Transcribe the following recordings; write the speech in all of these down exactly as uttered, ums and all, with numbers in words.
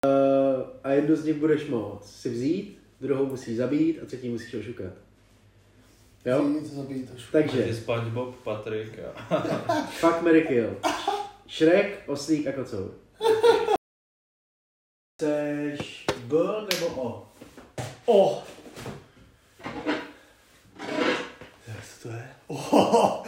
Uh, a jednu z nich budeš moct si vzít, druhou musíš zabít a třetí musíš ošukat. Jo? Zabít, ošukat. Takže SpongeBob, Patrik a... Fuck, marry, kill. Shrek, Oslík a Kocour. Chceš B nebo O? O! Co to je? O!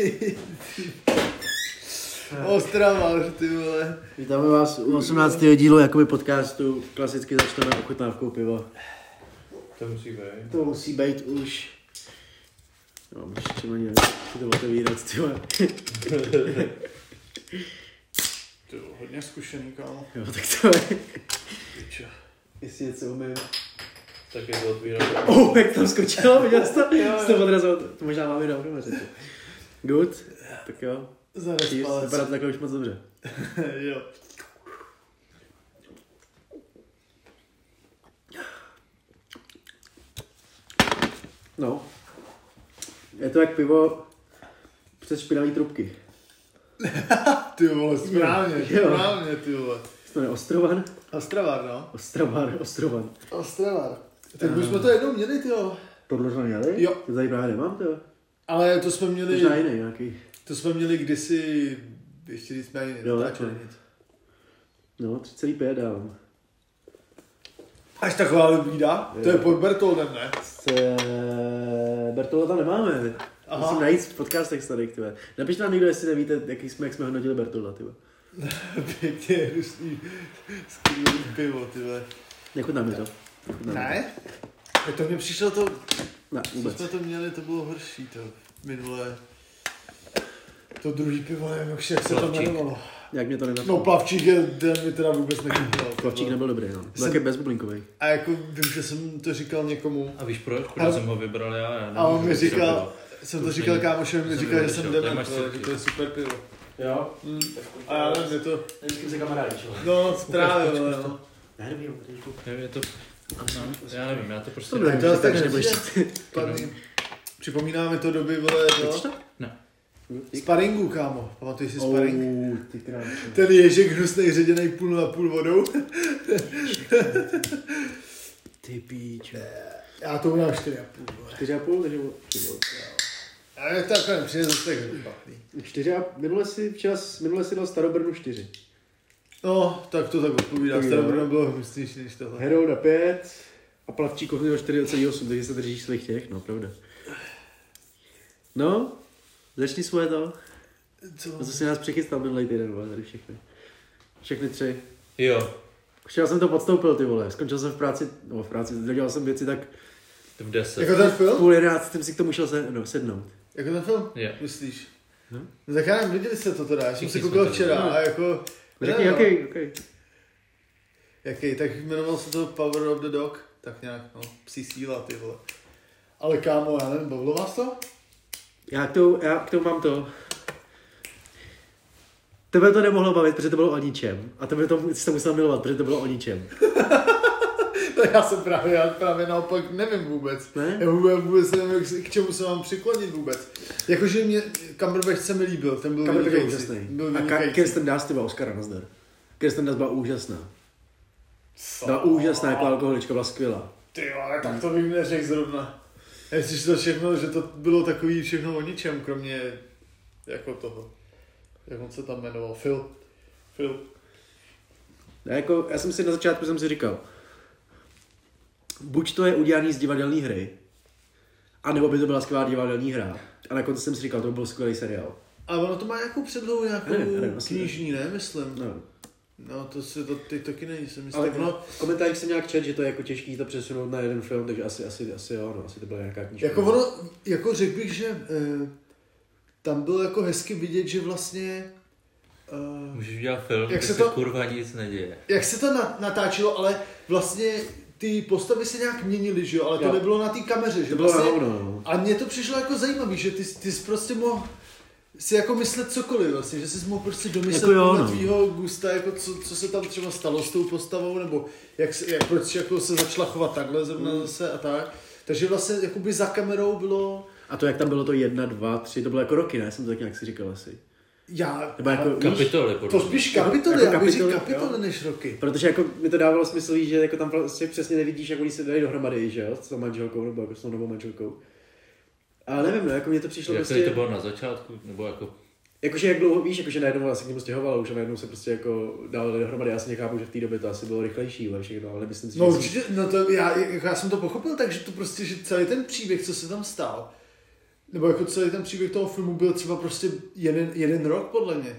Ostrava, ty vole. Vítáme vás u osmnáctého dílu jakoby podcastu. Klasicky začneme ochutnávkou piva. To musí být. To musí být už... No, můžeš čím ani si to otevírat, ty vole. Ty vole, hodně zkušený, kámo. Jo, tak to je. Pičo. Jestli něco umím. Tak je to otvírat. Oh, jak tam skočilo, viděl jsi to? Jsi to odrazil, to možná máme dál doma řeči. Good, tak jo. Zaraz Cheers, palec. vypadá to takhle už moc dobře. Jo. No. Je to jak pivo přes špinavý trubky. Ty vole, správně, Jo. správně, ty vole. To je Ostrovan? Ostravar, no. Ostravar, Ostrovan. Ostravar. Tak už jsme to jednou měli, ty jo. Tohle jsme měli? Jo. To tady právě nemám, to. Ale to jsme měli, Možná jiný nějaký. to jsme měli kdysi, ještě když jsme ani Jo, netáčeli takhle. nic. No, tři celá pět dávám. Až taková libída? To je pod Bertoldem, ne? S Bertola tam nemáme. Aha. Musím najít v podcastech tady, tyhle. Napište nám někdo, jestli nevíte, jaký jsme, jak jsme hodnotili Bertola, tyhle. Pěkně hnusný, skvělý pivo, ty vole. Nechutná mi to. Nechutná mi Ne? To mně přišlo to, to. Ne, co vůbec. jsme to měli, to bylo horší, to minulé. To druhý pivo, nevím, jak se to Plavčík. jmenovalo. Jak mě to nenapadlo. No, plavčík je, ten mi teda vůbec nechutnal. Plavčík nebyl dobrý, no. Byl taky bezbublinkový. A jako vím, že jsem to říkal někomu. A víš proč? Proč Ale- jsem ho vybral já? já A on mi nemůžu říkal, pivo. jsem To to už říkal není- kámošovi, mi to říkal, že jsem jsem nevyšel, dement, nemáš vole, si- že to je super pivo. Jo? Mm. A já nevím, je to, Vždycky se kamarádi, čo? no, právě, vole, no. Ne, dobrý, dobrý. Je, je to... No, já nevím, já to prostě... To nevím, to že tak tak přijde. nebudeš Spadný. Připomíná mi to doby, vole, Chceš no. to? Ne. Sparingu, kámo. Pamatuješ si sparing? Oh, ty kráče. Ten ježek hnusnej ředěnej půl na půl vodou. Ty píčo. Já to udám čtyři a půl, vole. Čtyři a půl, takže ty vole. A jak takhle přijde zase tak špatný. Čtyři a minule si, včera, minule si dal Starobrnu čtyři. No, tak to tak odpovídá. Tak jo. Starobrno bylo hnusnější než tohle. Herou na pět a Plavčík měl čtyři celá osm, takže se držíš svých těch, no, pravda. No, začni svoje to. Co? A co si nás přechystal minulý týden, vole, tady všechny. Všechny tři. Jo. Včera jsem to podstoupil, ty vole, skončil jsem v práci, no v práci, dělal jsem věci tak V deset. Jako ten v film? půl jedenáct jsem si k tomu šel se, no, sednout. Jako ten film? Je. Myslíš? No. No tak já nevím, viděli jste to teda, já jsem Všichni si jsme koukal to včera viděli. a jako... Řekni, ne, no. jaký, jaký. Jaký, tak jmenoval se to Power of the Dog, tak nějak, no, psí síla, ty vole. Ale kámo, já nevím, bavilo vás to? Já k tomu, já k tomu mám to. Tebe to nemohlo bavit, protože to bylo o ničem. A tebe to jsi to musel milovat, protože to bylo o ničem. Tak já jsem právě, já právě naopak nevím vůbec. Ne? Já vůbec, vůbec nevím, jak, k čemu se mám přiklonit vůbec. Jakože mě, Cumberbatch se mi líbil, ten byl Kamer je vynikající. úžasný. Byl A Ka- vynikající. Kirsten Dunst, ty byla Oscara, nazdar. Kirsten Dunst byla úžasná. Byla úžasná jako alkoholička, byla skvělá. Ty vole, tak to bych neřekl zrovna. Jestli to všechno, že to bylo takový všechno o ničem, kromě jako toho. Jak on se tam jmenoval? Phil. Phil. Já, jako, já jsem si na začátku jsem si říkal, buď to je udělaný z divadelní hry, anebo by to byla skvělá divadelní hra. A na konci jsem si říkal, to by byl skvělý seriál. A ono to má nějakou předlohu, nějakou Ne, ne, ne, knižní, ne, myslím. No. No, to si to teď taky není, jsem myslím. Ale Tak no, no, v komentářích jsem nějak čet, že to je jako těžký to přesunout na jeden film, takže asi, asi, asi jo, no, asi to byla nějaká knížka. jako ono, jako řekl bych, že eh, tam bylo jako hezky vidět, že vlastně eh, Můžeš udělat film, Jak jak se se to- kurva nic neděje. jak se to na, natáčelo, ale vlastně ty postavy se nějak měnily, že jo, ale to Jo. nebylo na té kameře, že to bylo vlastně, na hovno, no. a mně to přišlo jako zajímavý, že ty, ty jsi prostě mohl si jako myslet cokoliv vlastně, že jsi mohl prostě domyslet Jako jo, podle no. tvýho gusta, jako co, co se tam třeba stalo s tou postavou, nebo jak, se, jak proč jako se začala chovat takhle zrovna Mm. zase a tak. Takže vlastně jakoby za kamerou bylo... A to, jak tam bylo to jedna, dva, tři, to bylo jako roky, ne? Jsem to tak nějak si říkal asi. Já, Nebo jako, Kapitoly, podle to mě. spíš kapitoly, Jako já bych řekl kapitoly, kapitoly jo. než roky. Protože jako mi to dávalo smysl, víš, že jako tam vlastně přesně nevidíš, jak oni se dají dohromady, že jo, s tou manželkou nebo jako s tou novou manželkou. Ale nevím, no, jako mně to přišlo Jak prostě... to bylo na začátku, nebo jako... Jakože jak dlouho, víš, jakože najednou vlastně k němu stěhovala už a najednou se prostě jako dávali dohromady. Já si nechápu, že v té době to asi bylo rychlejší, ale všechno, ale myslím si, No že určitě, no to já, já jsem to pochopil tak, že to prostě, že celý ten příběh, co se tam stál, nebo jako celý ten příběh toho filmu byl třeba prostě jeden, jeden rok podle mě.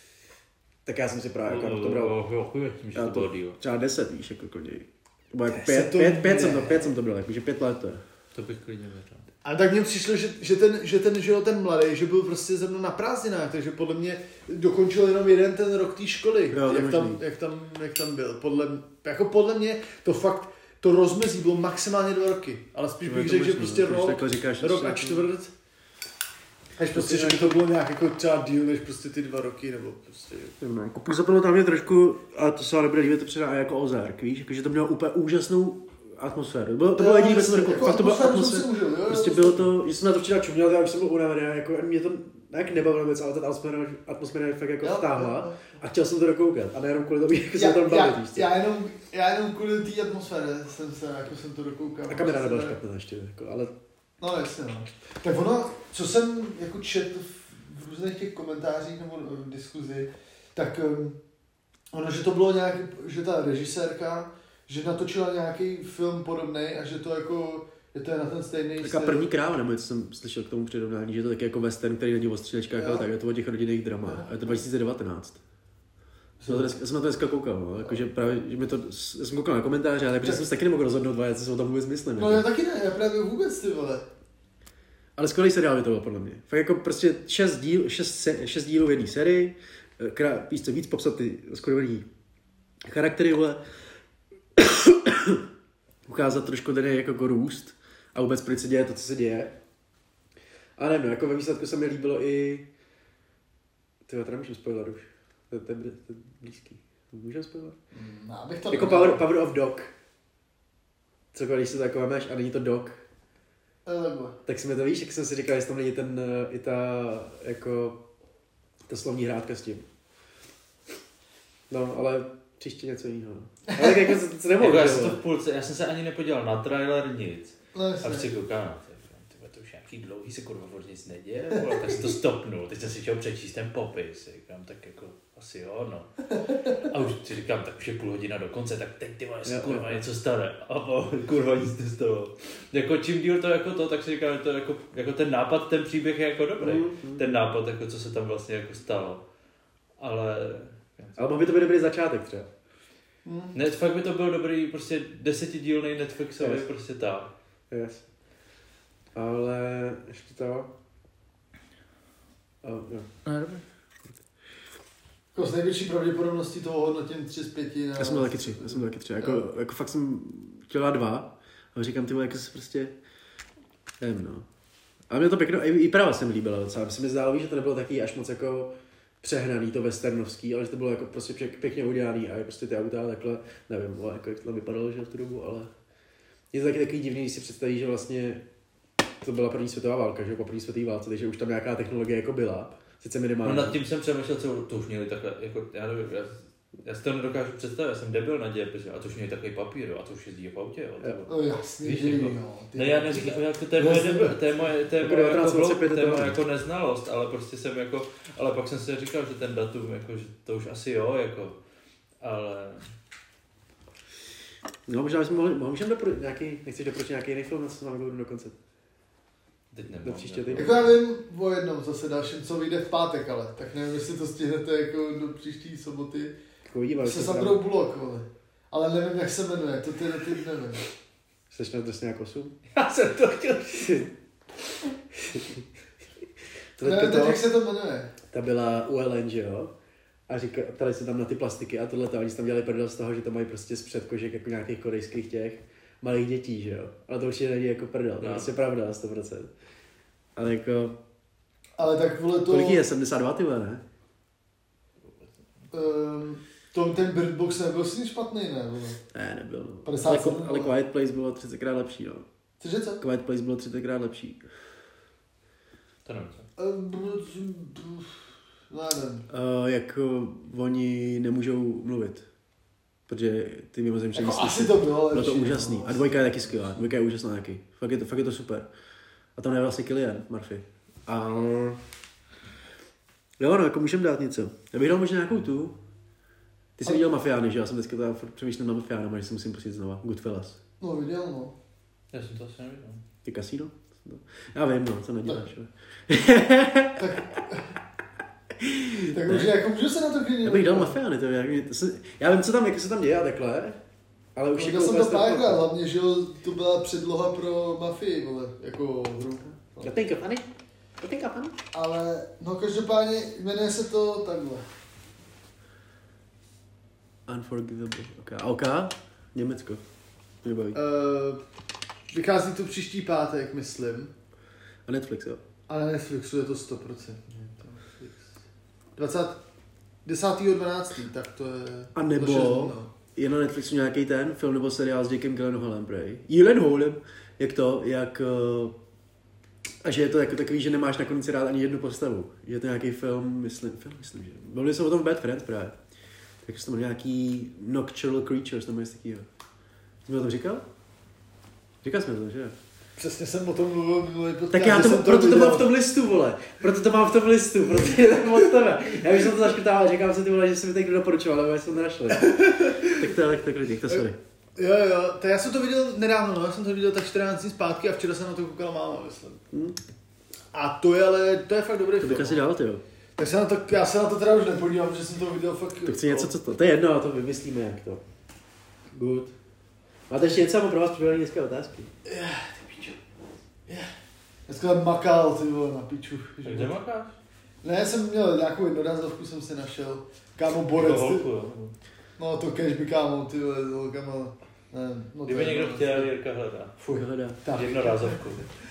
tak já jsem si právě jako to Jo, bral jo, jo, tím, že já to bylo to, díl. třeba deset, víš, jako klidně. Nebo jako Deset pět, to pět, pět, jsem ne. to, pět jsem to bral, jakože pět let to je. To bych klidně věřil. A tak mně přišlo, že, že, ten, že ten, že jo, ten mladý, že byl prostě zrovna na prázdninách, takže podle mě dokončil jenom jeden ten rok té školy, Jo, jak, tam, jak, tam, jak tam byl. Podle, jako podle mě to fakt, to rozmezí bylo maximálně dva roky, ale spíš No, bych je to řekl, že možný, prostě no, když rok, takhle říkáš, rok že a to- čtvrt. Až prostě, že by to bylo nějak jako třeba díl, než prostě ty dva roky, nebo prostě... No, jako působilo tam mě trošku, a to se ale nebude dívat, to předá jako Ozark, víš, jakože to mělo úplně úžasnou atmosféru. Bylo, to bylo jediný věc, co jako fakt to bylo atmosféru jsem si atmosféra. užil, jo, Prostě jo, bylo to, že jsem na to včera čuměl, já už jsem byl unavený, a jako mě to nějak nebavilo věc, ale ta atmosféra, atmosféra mě fakt jako jo, vtáhla jo, jo. a chtěl jsem to dokoukat. A nejenom kvůli tomu, jak se Já, tam bavit, já, víš co. já, jenom, já jenom kvůli té atmosféře jsem se, jako jsem to dokoukal. A kamera nebyla Prostě- špatná ještě, jako, ale No jasně, no. Tak ono, co jsem jako četl v, v různých těch komentářích nebo v diskuzi, tak um, ono, že to bylo nějak, že ta režisérka, že natočila nějaký film podobný a že to jako, že to je na ten stejný taková první kráva, nebo něco jsem slyšel k tomu přirovnání, že je to taky jako western, který není o střílečkách, ale tak, je to o těch rodinných dramách. A je to dva tisíce devatenáct. Jsem na to dneska, já jsem na to dneska koukal, no. Jakože právě, že mi to, já jsem koukal na komentáře, ale protože jsem si taky nemohl rozhodnout, dva, co si o tom vůbec myslím. No jako. já taky ne, já právě vůbec ty vole. Ale skvělý seriál by to byl podle mě. Fakt jako prostě šest, díl, šest, se, šest dílů v jedné sérii, krá, víš co, víc popsat ty skvělý charaktery, vole. Ukázat trošku ten jako růst a vůbec proč se děje to, co se děje. A nevím, no, jako ve výsledku se mi líbilo i... Tyhle, teda můžu spoiler už. To, to, to, to je blízký. Můžeme spoiler? No, abych to Jako nedal. power, power of Dog. Co když se to jako máš a není to Dog, Nebo. tak si mi to víš, jak jsem si říkal, jestli tam není ten, eh, i ta, jako, ta slovní hrádka s tím. No, ale příště něco jiného. Ale tak jako se, se nemohu, Jako já že jsem jo. to v půlce, já jsem se ani nepodíval na trailer, nic. No A jasně. prostě koukám na to, tyhle, to už nějaký dlouhý se kurva furt nic neděje, vole, tak jsem to stopnul, teď jsem si chtěl přečíst ten popis, říkám, tak jako, asi jo, no. A už si říkám, tak už je půl hodina do konce, tak teď ty vole, se Jo, kurva jo. něco stane. A po, kurva nic nestalo. Jako čím díl to jako to, tak si říkám, že to jako, jako ten nápad, ten příběh je jako dobrý. Mm, mm. Ten nápad, jako co se tam vlastně jako stalo. Ale... Ale mohl by to být dobrý začátek třeba. Hm. Ne, fakt by to byl dobrý, prostě desetidílný Netflixový, Yes. prostě tak. Yes. Ale ještě to... Oh, jo. No, dobrý. Jako s největší pravděpodobností toho hodnotím tři z pěti. Na... Já jsem byl taky tři, já jsem byl taky tři. Jako, jako fakt jsem chtěl dát dva, ale říkám, ty vole, jak se prostě... Nevím, no. Ale mě to pěkno, i, i práva se mi líbila docela. Se mi zdálo, víš, že to nebylo taky až moc jako přehnaný, to westernovský, ale že to bylo jako prostě pěk, pěkně udělaný a prostě ty auta takhle, nevím, vole, jako jak to tam vypadalo, že v tu dobu, ale je to taky takový divný, když si představíš, že vlastně to byla první světová válka, že po první světové válce, takže už tam nějaká technologie jako byla, sice No minimálně. nad tím jsem přemýšlel, co to už měli takhle, jako, já nevím, já, já si to nedokážu představit, já jsem debil na dějepise, a to už měli takový papír, jo, a to už jezdí v autě, jo. Jo. No jasně, Víš, že jako- jo. Ty- Ne, já neříkám, jako to je moje, debil, to je moje, to je Jako moje, jako, devatenáct dvacet pět hloub, to je je to moje ono. jako neznalost, ale prostě jsem jako, ale pak jsem si říkal, že ten datum, jako, že to už asi jo, jako, ale... No možná bychom mohli, můžeme doporučit nějaký, nechceš doporučit nějaký jiný film, na co máme do konce. Teď nemám. Do příště jako- ty. Jako já vím o jednom zase dalším, co vyjde v pátek, ale tak nevím, jestli to stihnete jako do příští soboty. Jako uvidíme, Se Sandrou Bullock, vole. Ale nevím, jak se jmenuje, to ty, ty nevím. Jsi na trestně jako osm? Já jsem to chtěl. To Nevím teďka teď, to, jak se to jmenuje. ta byla U L N, že jo? A říká, ptali se tam na ty plastiky a tohle, oni si tam dělali prdel z toho, že to mají prostě z předkožek jako nějakých korejských těch malých dětí, že jo? Ale to určitě není jako prdel, to je No. prostě pravda na sto procent. Ale jako, Ale tak vole to... kolik je? sedmdesát dva ty vole, ne? Um, to, ten Bird Box nebyl s ním špatný, ne? Vole. Ne, nebyl. No. padesát Ale, sedm, ale vole. Quiet Place bylo třicetkrát lepší, no. Cože co? Quiet Place bylo třicetkrát lepší. To nevím. Um, No, nevím. Uh, jak uh, oni nemůžou mluvit. Protože ty mimozemštění Jako asi to bylo lepší. Bylo to úžasný. No. A dvojka je taky skvělá. Dvojka je úžasná taky. Fakt je to, fakt je to super. A tam je vlastně Cillian Murphy. A... Jo, no, jako můžeme dát něco. Já bych dal možná nějakou tu. Ty jsi A... viděl Mafiány, že? Já jsem dneska teda přemýšlel na Mafiánama, že si musím pustit znova. Goodfellas. No, viděl, no. Já jsem to asi neviděl. Ty kasíno? Já vím, no, co neděláš. tak... tak může, jako můžu se na to klidně... Já bych dal Mafiány, to je, to se, já vím, co tam, jak se tam děje a takhle, ale už jako jsem to párkrát, hlavně, že jo, to byla předloha pro Mafii, vole, jako hru. No. Think of funny. Think of funny. Ale, no každopádně, jmenuje se to takhle. Unforgivable, ok. A ok? Německo. Mě baví. Uh, vychází to příští pátek, myslím. A Netflix, jo? A na Netflixu je to sto procent. dvacátého desátého dvanáctého tak to je... A nebo je na Netflixu nějaký ten film nebo seriál s Jakem Gyllenhaalem, prej. Gyllenhaalem, jak to, jak... A že je to jako takový, že nemáš nakonec rád ani jednu postavu. Že je to nějaký film, myslím, film, myslím, že... Bavili jsme o tom v Bad Friends právě. Takže to byl nějaký Nocturnal Creatures, nebo něco takového. Jsi mi o tom říkal? Říkal jsme to, že? Přesně jsem o tom mluvil minulý podcast. Tak já to, proto to, to mám v tom listu, vole. Proto to mám v tom listu, proto je tam od tebe. Já už jsem to zaškrtával, říkám si ty vole, že jsi mi tady kdo doporučoval, ale já jsem to nenašel. Tak to je tak tak to sorry. Jo, jo, tak já jsem to viděl nedávno, no, já jsem to viděl tak čtrnáct dní zpátky a včera jsem na to koukala máma, myslím. Hmm. A to je ale, to je fakt dobrý to film. To bych asi dal, ty jo. Tak se na to, já se na to teda už nepodívám, protože jsem to viděl fakt... Tak si něco, co to, to je jedno, to vymyslíme jak to. Good. Máte ještě něco pro vás připravené dneska otázky? Yeah, ty pičo. Yeah. Dneska makal, ty vole, na piču. Tak kde makáš? Ne, já jsem měl nějakou jednorázovku, jsem si našel. Kámo, borec, holku, ty... jo. No to kež by kámo, ty vole, kámo. Ne, no kdyby někdo chtěl, Jirka hledá. Fuj, hledá. Jednorázovku.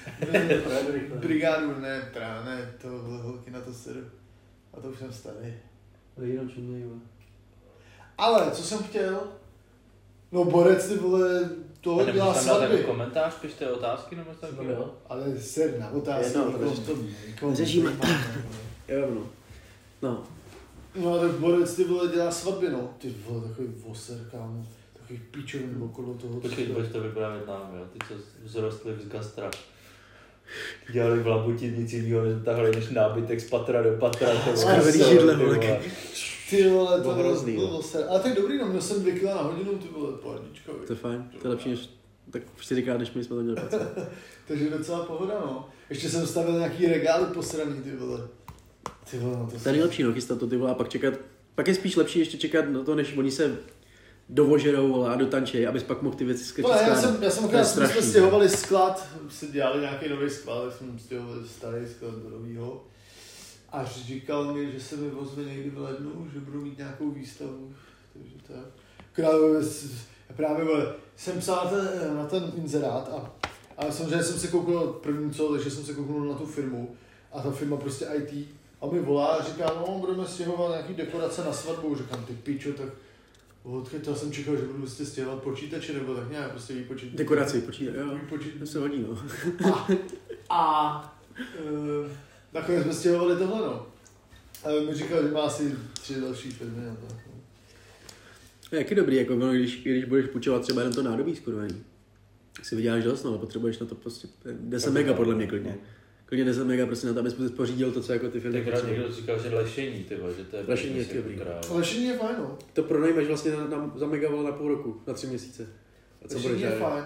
Brigádu, ne, právě, ne, to holky na to sedu. A to už jsem starý. Ale jenom čumlej, jo. Ale, co jsem chtěl? No borec, ty vole, to dělá svatby. Jako komentář, pište otázky nebo tak? No, ale ser na otázky. Jedno, protože to nikomu řešíme. Jo, no. No. No, tak borec, ty vole, dělá svatby, no. Ty vole, takový voser, kámo. Takový pičovin okolo toho. Počkej, budeš to vyprávět nám, jo. Ty, co vzrostli z gastra. Dělali v Labuti nic jiného, než tahli než nábytek z patra do patra. Skrvený židle, vole. Ty vole, to hrozný, bylo voser. Ale tak dobrý, no, měl jsem dvě kila na hodinu, ty vole, pohodička. To je fajn, to je lepší než, tak čtyřikrát, než my jsme to měli pracovat. Takže docela pohoda, no. Ještě jsem stavil nějaký regály posraný, ty vole. Ty vole, no to To je nejlepší, no, chystat to, ty vole, a pak čekat, pak je spíš lepší ještě čekat na to, než oni se dovožerou, vole, a dotančej, abys pak mohl ty věci skočit. No, já jsem, já jsem okrát, jsme stěhovali sklad, si dělali nějaký nový sklad, tak jsme stěhovali starý sklad do novýho. A říkal mi, že se mi ozve někdy v lednu, že budu mít nějakou výstavu, takže tak. Akorát, já právě, vole, jsem psal na ten, na ten inzerát a, a samozřejmě jsem se koukal první co, takže jsem se koukal na tu firmu a ta firma prostě í té a mi volá a říká, no budeme stěhovat nějaký dekorace na svatbu, říkám, ty pičo, tak odkud to jsem čekal, že budu prostě stěhovat počítače nebo tak nějak, prostě výpočet. Dekoraci, počítač, jo, výpočet. to se hodí, no. A, a uh, nakonec jsme stěhovali tohle, no. A mi říkal, že má asi tři další firmy a tak. No. Jak je dobrý, jako no, když, když budeš půjčovat třeba jenom to nádobí skurvení. Si vyděláš dost, no, ale potřebuješ na to prostě deset mega podle mě klidně. Klidně deset mega prostě na to, abys pořídil to, co jako ty firmy. Tenkrát někdo říkal, že lešení, ty vole, že to je... Lešení je dobrý. Lešení je fajn, no. To pronajmeš vlastně na, na, za megavol na půl roku, na tři měsíce. A co lešení je fajn.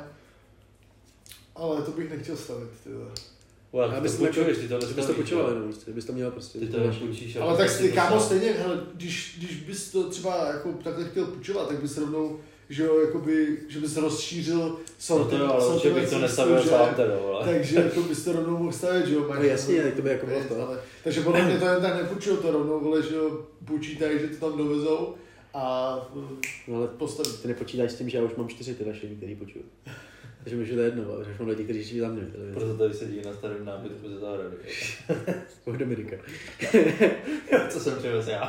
Ale to bych nechtěl stavit, ty vole. Well, ty to půjčuješ, ty to nestavíš. Bys to půjčoval jenom, bys to měl prostě. Ty to nepůjčíš. Ale tak ty kámo stejně, hele, když, když bys to třeba jako takhle chtěl půjčovat, tak bys rovnou, že jo, jakoby, že bys rozšířil sortiment. No to jo, ale že bych to nestavil sám teda, vole. Takže jako bys to rovnou mohl stavit, že jo. No jasně, tak to by jako bylo to. Ale, takže podle mě to jen tak nepůjčují, to rovnou, vole, že jo, počítají, že to tam dovezou a no, ale postaví. Ty nepočítáš s tím, že já už mám čtyři ty lešení, který počuju. Takže můžu to jedno, ale už mám lidi, kteří žijí za mě. Proto tady sedí na starém nábytku ze zahrady. Od Dominika. Co jsem přivez já?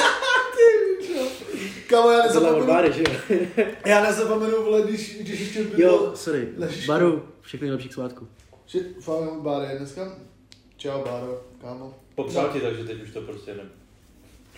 Kámo, já nezapomenu. Báry, že jo? Já nezapomenu, vole, když, když ještě bylo... Jo, sorry. Ležiště. Baru, všechny nejlepších svátků. Fakt Báry, dneska? Čau, Báro, kámo. Popřál ti, takže teď už to prostě ne...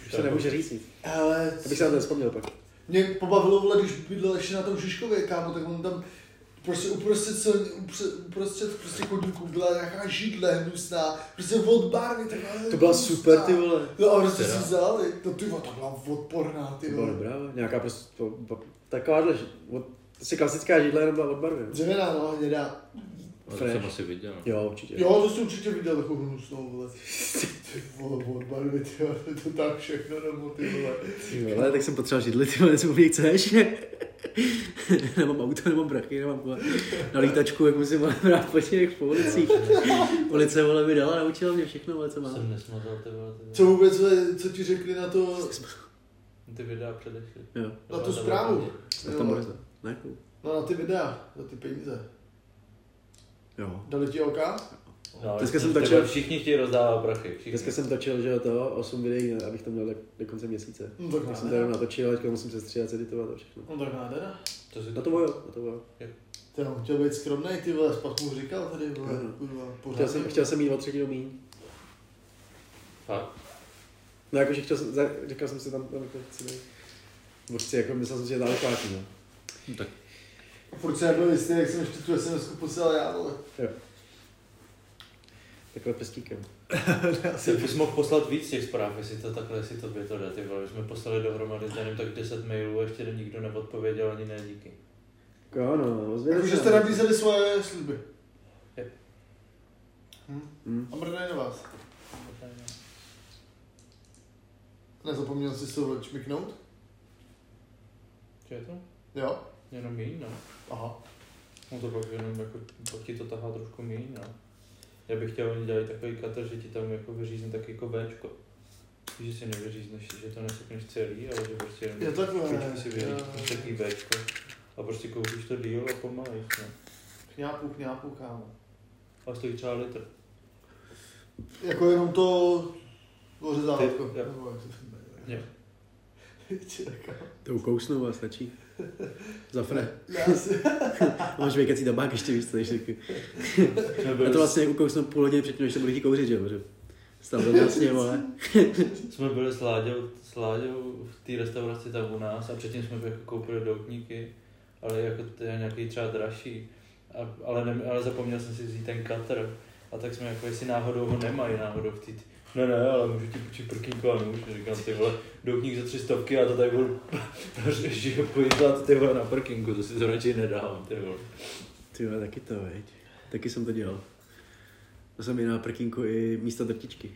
Už se nemůže říct nic. Ale... Abych se na to vzpomněl pak. Mě pobavilo, vole, když bydlel ještě na tom Žižkově, kámo, tak on tam prostě uprostřed, se, uprostřed prostě chodníků byla nějaká židle hnusná, prostě od barvy, tak to byla super, ty vole. No a prostě si vzali, to ty vole, to byla odporná, ty vole. To byla dobrá, nějaká prostě, po, po, takováhle, od, prostě klasická židle jenom byla od barvy. Dřevěná, no, hnědá. To jsem asi viděl. Jo, určitě. Jo, to jsi určitě viděl takovou hnusnou, vole. Ty vole, od barvy, ty vole, to tak všechno nebo ty vole. Ty vole, tak jsem potřeboval židli, ty vole, co mě chceš? Nemám auto, nemám brachy, nemám vole, na lítačku, jak musím vole brát po těch po ulicích. Police, vole, mi dala, naučila mě všechno, vole, co mám. Jsem nesmazal, ty vole, ty vole. Co vůbec, co ti řekli na to? Ty videa předešly. Jo. Na tu zprávu. Tak tam bude, ne? No na ty videa, za ty peníze. Jo. Dali ti oka? No, Dneska jsem ty točil- vole, Všichni chtějí rozdávat prachy. Všichni. Dneska jsem točil, že to osm videí, abych to měl do, do konce měsíce. No tak Tak jsem to nádhera. jenom natočil, teďka musím se stříhat, editovat a všechno. No tak nádhera. To si Na to bojo, na to bojo. Ty on chtěl být skromnej, ty vole, spak mu říkal tady, vole, Jo, no. kurva, pořád. Chtěl jsem, chtěl jsem mít o třetinu míň. Fakt? No jakože chtěl jsem, za- říkal jsem si tam, tam jako chci být. Bo chci, jako myslel jsem si, že dále kvátí, no. No, tak Furt se nebyl jistý, jak jsem ještě tu es em esku poslal já, vole. Jo. Takhle pestíkem. Ty bys mohl poslat víc těch zpráv, jestli to takhle, jestli to by to jde, ty vole. My jsme poslali dohromady s Danem tak deset mailů a ještě nikdo neodpověděl ani ne díky. Jo, no, ozvěděl Jakože jsem. jste nabízeli svoje sliby. Je. Hm? Hm. A mrdej na vás. Nezapomněl jsi se ho čmiknout? Co je to? Jo? Jenom míň, no. Aha. No to pak jenom jako, pak ti to tahá trošku míň, no. Já bych chtěl, oni dělají takový katr, že ti tam jako vyřízne tak jako Bčko. Že si nevyřízneš, že to nesekneš celý, ale že prostě jenom Je takhle, chvíčku si jo. vyřízneš takový Bčko. A prostě koupíš to díl a pomalej, no. Kňápu, kňápu, kámo. A stojí třeba litr. Jako jenom to ořezávátko. Ty- jo. Nebo jak se to jmenuje. Jo. Ti tak, kámo. To ukousnu a stačí. Zafre. Já si... Máš věkací tabák ještě víc, než taky. Jsme A byli, to vlastně ukousnu půl hodiny předtím, než to budu chtít kouřit, že jo? Protože Stav to vlastně, vole. jsme byli s Láďou, s Láďou v té restauraci tam u nás a předtím jsme jako koupili doutníky, ale jako to je nějaký třeba dražší. A, ale, ne, ale zapomněl jsem si vzít ten katr. A tak jsme jako, jestli náhodou ho nemají, náhodou v té... Ne, ne, ale můžu ti půjčit prkínko a nůž. Říkám, ty vole, doutník za tři stovky a to tady budu že pojítlat, ty vole, na prkínku, to si to radši nedám, ty vole. Ty vole, taky to, veď. Taky jsem to dělal. To jsem i na prkínku i místo drtičky.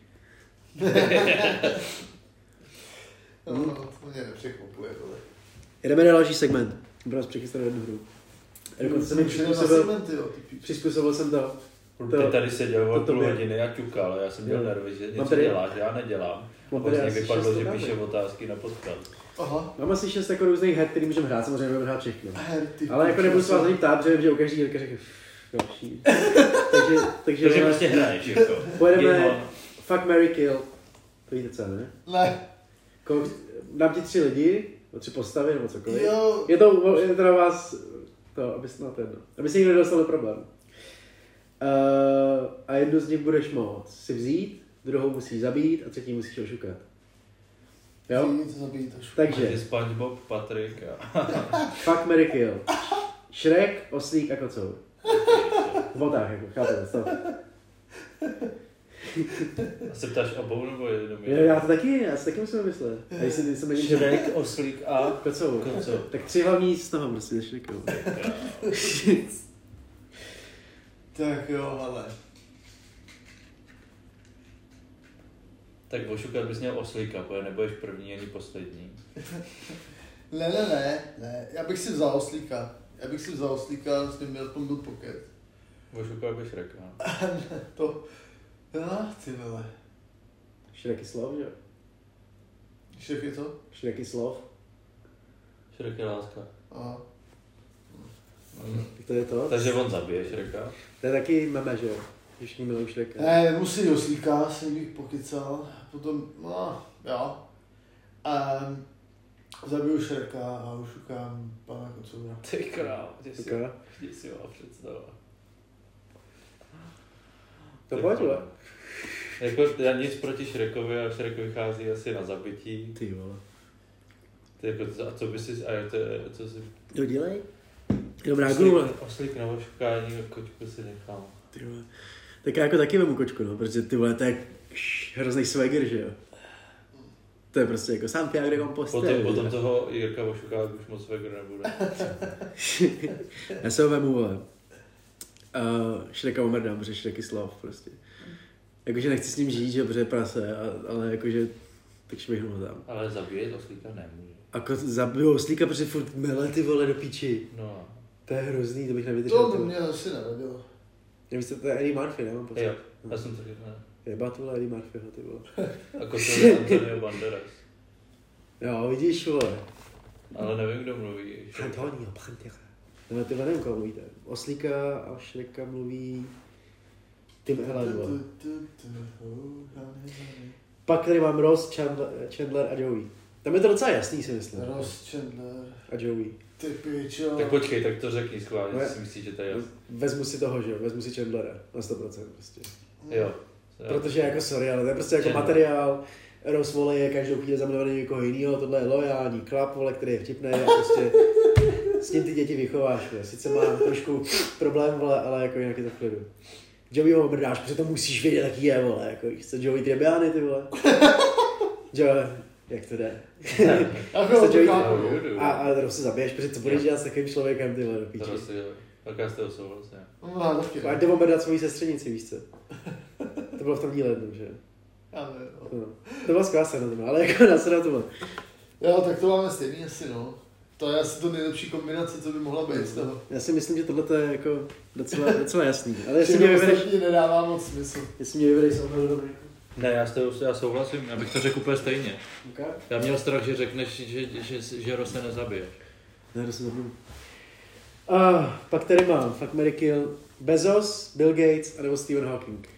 No, to mě nepřekvapuje, vole. Jdeme na další segment. Budu vás přechystat jednu hru. A dokonce jsem mi Už jdeme na přizpůsobil, segmenty, jo, ty píč. přizpůsobil jsem to. Ty To- tady seděl to o půl tobě. hodiny a ťukal, já jsem měl Jo. nervy, že Mám něco tady- děláš, já nedělám. Mám tady Vlastně asi vypadlo, šest že otázek. píše otázky na podcast. Aha. Mám asi šest jako různých her, který můžeme hrát, samozřejmě nebudeme hrát všechno. Her, ty Ale jako píč, nebudu já se vás jsem- ani ptát, protože vím, že u každý herka řekne další. takže, takže Takže prostě hraješ, jako. pojedeme Jenom. Fuck, Marry, Kill. To víte co, ne? Ne. Ko- Dám ti tři lidi, o tři postavy nebo cokoliv. Jo. Je to, je to na vás, to, abys, no, to jedno. Aby se nikdo nedostal do problému. Uh, a jednu z nich budeš moct si vzít, druhou musíš zabít a třetí musíš ošukat. Jo? Nic zabít až. Takže, Takže SpongeBob, Patrik a... Fuck, Marry, Kill. Shrek, Oslík a Kocour. V botách, jako, chápete, stop. A se ptáš obou nebo jenom Jo, já to taky, já si taky musím myslet. A jestli ty jsem nevím, že Šrek, Oslík a... Kocour. Kocour. Tak tři hlavní z toho prostě ze Shreku. Tak jo, ale. Tak ošukat bys měl Oslíka, protože nebudeš první ani poslední. Ne, ne, ne, ne. Já bych si vzal oslíka. Já bych si vzal oslíka, s ním by aspoň byl pocket. Ošukal bych Šreka. To. No, ty vole. Shrek is love, že jo? Šek je to? Shrek is love. Šrek je láska. Aha. Tak to je to. Takže on zabije Šreka. To je taky meme, že jo? Že všichni milují Shreka. Ne, musí oslíka, si bych pokycal. Potom, no, jo. Um, zabiju Šreka a ušukám pana Kocoura. Ty král, ty si, Okay. ty si ho představil. To pojď, vole. Jako já nic proti Shrekovi a Shrek vychází asi na zabití. Ty vole. Ty jako, a co by si, a jo, to je, co si... To dělej. Jenom Oslík, reaguju. oslík na voškání, kočku si nechám. Ty vole. Tak já jako taky vemu kočku, no, protože ty vole, to je hrozný swagger, že jo. To je prostě jako Santiago de Compostela. Potom, potom toho Jirka Vošuka už moc swagger nebude. Já se ho vemu, vole. Uh, Shreka omrdám, protože Shrek je slav prostě. Jakože nechci s ním žít, že protože je prase, a, ale jakože tak švihnu ho tam. Ale zabíjet oslíka nemůže. Ako zabiju oslíka, protože furt mele ty vole do píči. No. To je hrozný, to bych nevydržel. To mě asi nevadilo. Nevíš, to je Eddie Murphy, ne? Mám pocit. Jo, já jsem to řekl, ne. Jeba tu vole Eddie Murphyho, ty vole. Jako to je Antonio Banderas. Jo, vidíš, vole. Ale nevím, kdo mluví. Antonio Banderas. No, ty vole, nevím, koho mluvíte. Oslíka a Shreka mluví Tim Allen, vole. Pak tady mám Ross, Chandler, Chandler a Joey. Tam je to docela jasný, si myslím. Ross, Chandler A Joey. Ty pičo. Tak počkej, tak to řekni schválně, No, si myslíš, že to je jasný. Vezmu si toho, že jo, vezmu si Chandlera na sto procent prostě. Jo. Protože jako sorry, ale to je prostě jako Chandler. materiál. Ross, vole, je každou chvíli zamilovaný někoho jiného, tohle je lojální chlap, vole, který je vtipný a prostě s ním ty děti vychováš, vole. Sice mám trošku problém, vole, ale jako jinak je to v klidu. Joeyho obrdáš, protože to musíš vědět, jaký je, vole, jako chce Joey Tribbiani, ty vole. Joey, jak to jde? Jako to Joey- chápu. A, a Ross se zabiješ, protože co budeš dělat s takovým člověkem, ty vole, do To píči. prostě, tak já s toho souhlasím. No, já taky. Ať jde obrdat svoji sestřenici, víš co? To bylo v tom díle jednou, že? Já nevím, no. No. To byla skvělá scéna, ale jako na se na to bylo. Jo, tak to máme stejný asi, no. To je asi to nejlepší kombinace, co by mohla být z toho. Já si myslím, že tohle je jako docela, docela jasný. Ale jestli Všechno mě vyvedeš, ostatní nedává moc smysl. jestli mě vyvedeš, jsem opravdu dobrý. Ne, já s tebou já souhlasím, já bych to řekl úplně stejně. Okay. Já měl strach, že řekneš, že, že, že, že Ross se nezabije. Ne, to jsem zapnul. A pak tady mám Fuck, Marry, Kill, Bezos, Bill Gates, anebo Stephen Hawking.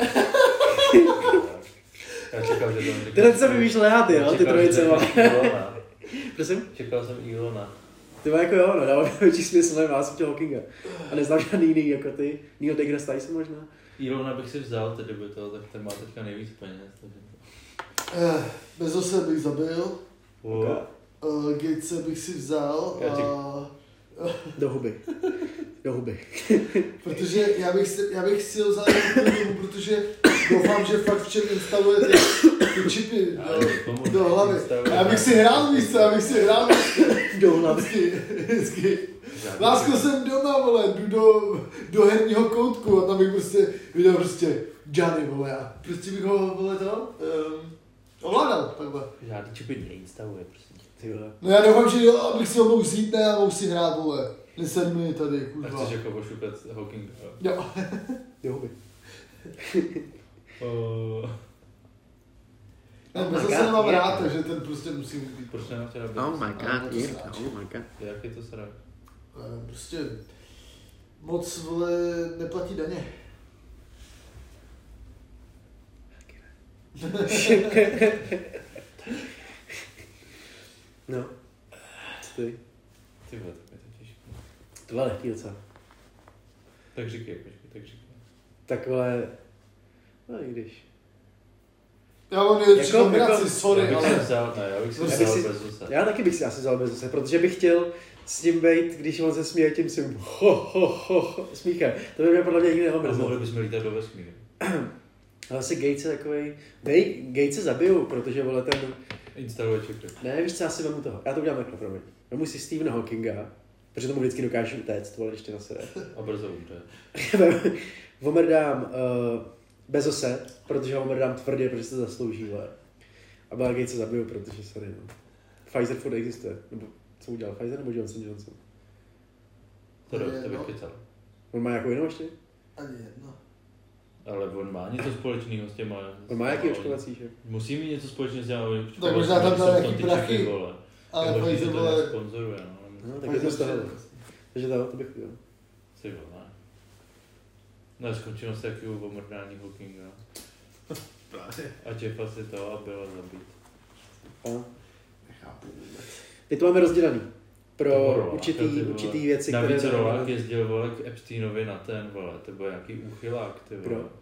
Já čekal, že to řekneš. Tyhle se vymýšlel já, ty, jo, ty Čekal, trojice, že vole. řekneš Ilona. Prosím? Čekal jsem Ilona. Ty má jako jo, no, dává větší smysl, nevím, já jsem chtěl Hawkinga. A neznám žádný jiný jako ty. Neil deGrasse Tyson možná? Ilona bych si vzal, tedy by to, tak ten má teďka nejvíc peněz. Takže... Eh, Bezose bych zabil, Oh. uh, Gatese bych si vzal Já ti- a... Do huby. Do huby. Protože já bych, si, já bych si ho vzal jenom protože doufám, že fakt v čem instaluje ty, ty čipy do, do hlavy. A já bych si hrál víc, já bych si hrál víc. Do hlavy. Vždycky, vždycky. Lásko, jsem doma, vole, jdu do, do herního koutku a tam bych prostě viděl prostě Johnny, vole, a prostě bych ho, vole, to, um, ovládal, takhle. Žádný čipy neinstaluje, prostě. Ty vole. No já doufám, že jo, abych si ho mohl vzít, ne, a mohl si hrát, vole. Neser mi tady, A kurva. chceš jako pošukat Hawking? Jo. Do huby. Oh. Ne, Oh bez my zase God, nemám yeah. rád, takže ten prostě musí být. Proč nemám tě nabít? Oh my Ah, god, to Jirka, sráč. oh my god. Jak je to srák? Eh, Prostě moc, vole, neplatí daně. No. Ty. Ty vole, tak je to těžké. To byla lehký docela. Tak říkej, počkej, tak říkej. Tak vole, no i když. Já mám nejlepší Jako- kombinaci, jako- sorry, Já bych si ale... vzal, ne, já bych si Já bych vzal si- bez zase. Já taky bych si asi vzal Bezose, protože bych chtěl s ním být, když on se směje tím svým ho, ho, ho, ho, smíchem. To by mě podle mě nikdy A mohli neomrzelo. bychom lítat do vesmíru. Ale asi Gates je takovej, nej, Gates se zabiju, protože vole ten, Instaluje čipy. ne víš co, já si vemu toho, já to udělám takhle, promiň. Vemu si Stephena Hawkinga, protože tomu vždycky dokážu utéct, vole, ještě na sebe. A brzo umře. Omrdám uh, Bezose, protože ho omrdám tvrdě, protože se to zaslouží, vole. A Bill Gates se zabiju, protože sorry, no. Pfizer furt existuje, nebo co udělal, Pfizer nebo Johnson Johnson? To, do, Je, to bych no. kecal. On má jako jinou ještě? Ani jedno. Ale on má něco společného s těma. On má jaký očkovací, že? Musí mít něco společného s těma očkovacími. Tak možná tam dal jsou v nějaký tom ty prachy. čipy, vole. Ale Je možný, že Pfizer, to vole, nesponzoruje, no. No, tak je to z toho. Takže to, to bych udělal. Ty vole. No, skončilo se jaký omrdání Hawkinga. Právě. A Jeffa si to a byla zabít. A Nechápu vůbec. teď to máme rozdělený. Pro Rolák, určitý, ty vole. určitý věci, Navíc které... Rolák jezdil, vole, k Epsteinovi na ten, vole, to byl nějaký úchylák, ty vole. Kdo?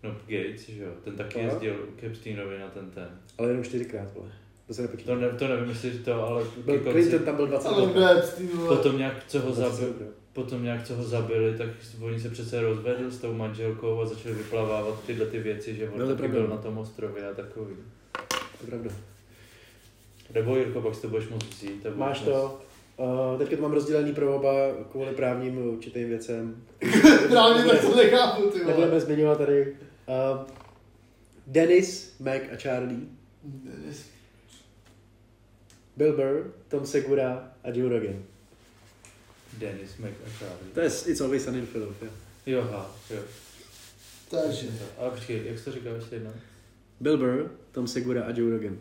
No Gates, že jo, ten taky No. jezdil k Epsteinovi na ten ten. Ale jenom čtyřikrát, vole. To se nepočítá. To, ne, to nevím, jestli to, ale Byl ke konci- Clinton tam byl dvacet Ale let. ne, s tím, vole. potom nějak, co ho dvacet zabili, let. potom nějak, co ho zabili, tak oni se přece rozvedli s tou manželkou a začali vyplavávat tyhle ty věci, že on No, to je taky pravda. byl na tom ostrově a takový. To je pravda. Nebo Jirko, pak si to budeš moct vzít. To Máš budeš to. Uh, teďka to mám rozdělený pro oba kvůli právním určitým věcem. Právě tak to nechápu, ty vole. Nebudeme zmiňovat tady. Uh, Dennis, Mac a Charlie. Dennis. Bill Burr, Tom Segura a Joe Rogan. Dennis McAcharlie. To je It's Always Sunny in Philadelphia. Jo, ha, jo. Takže. A počkej, jak jsi to říkal ještě jednou? Bill Burr, Tom Segura a Joe Rogan.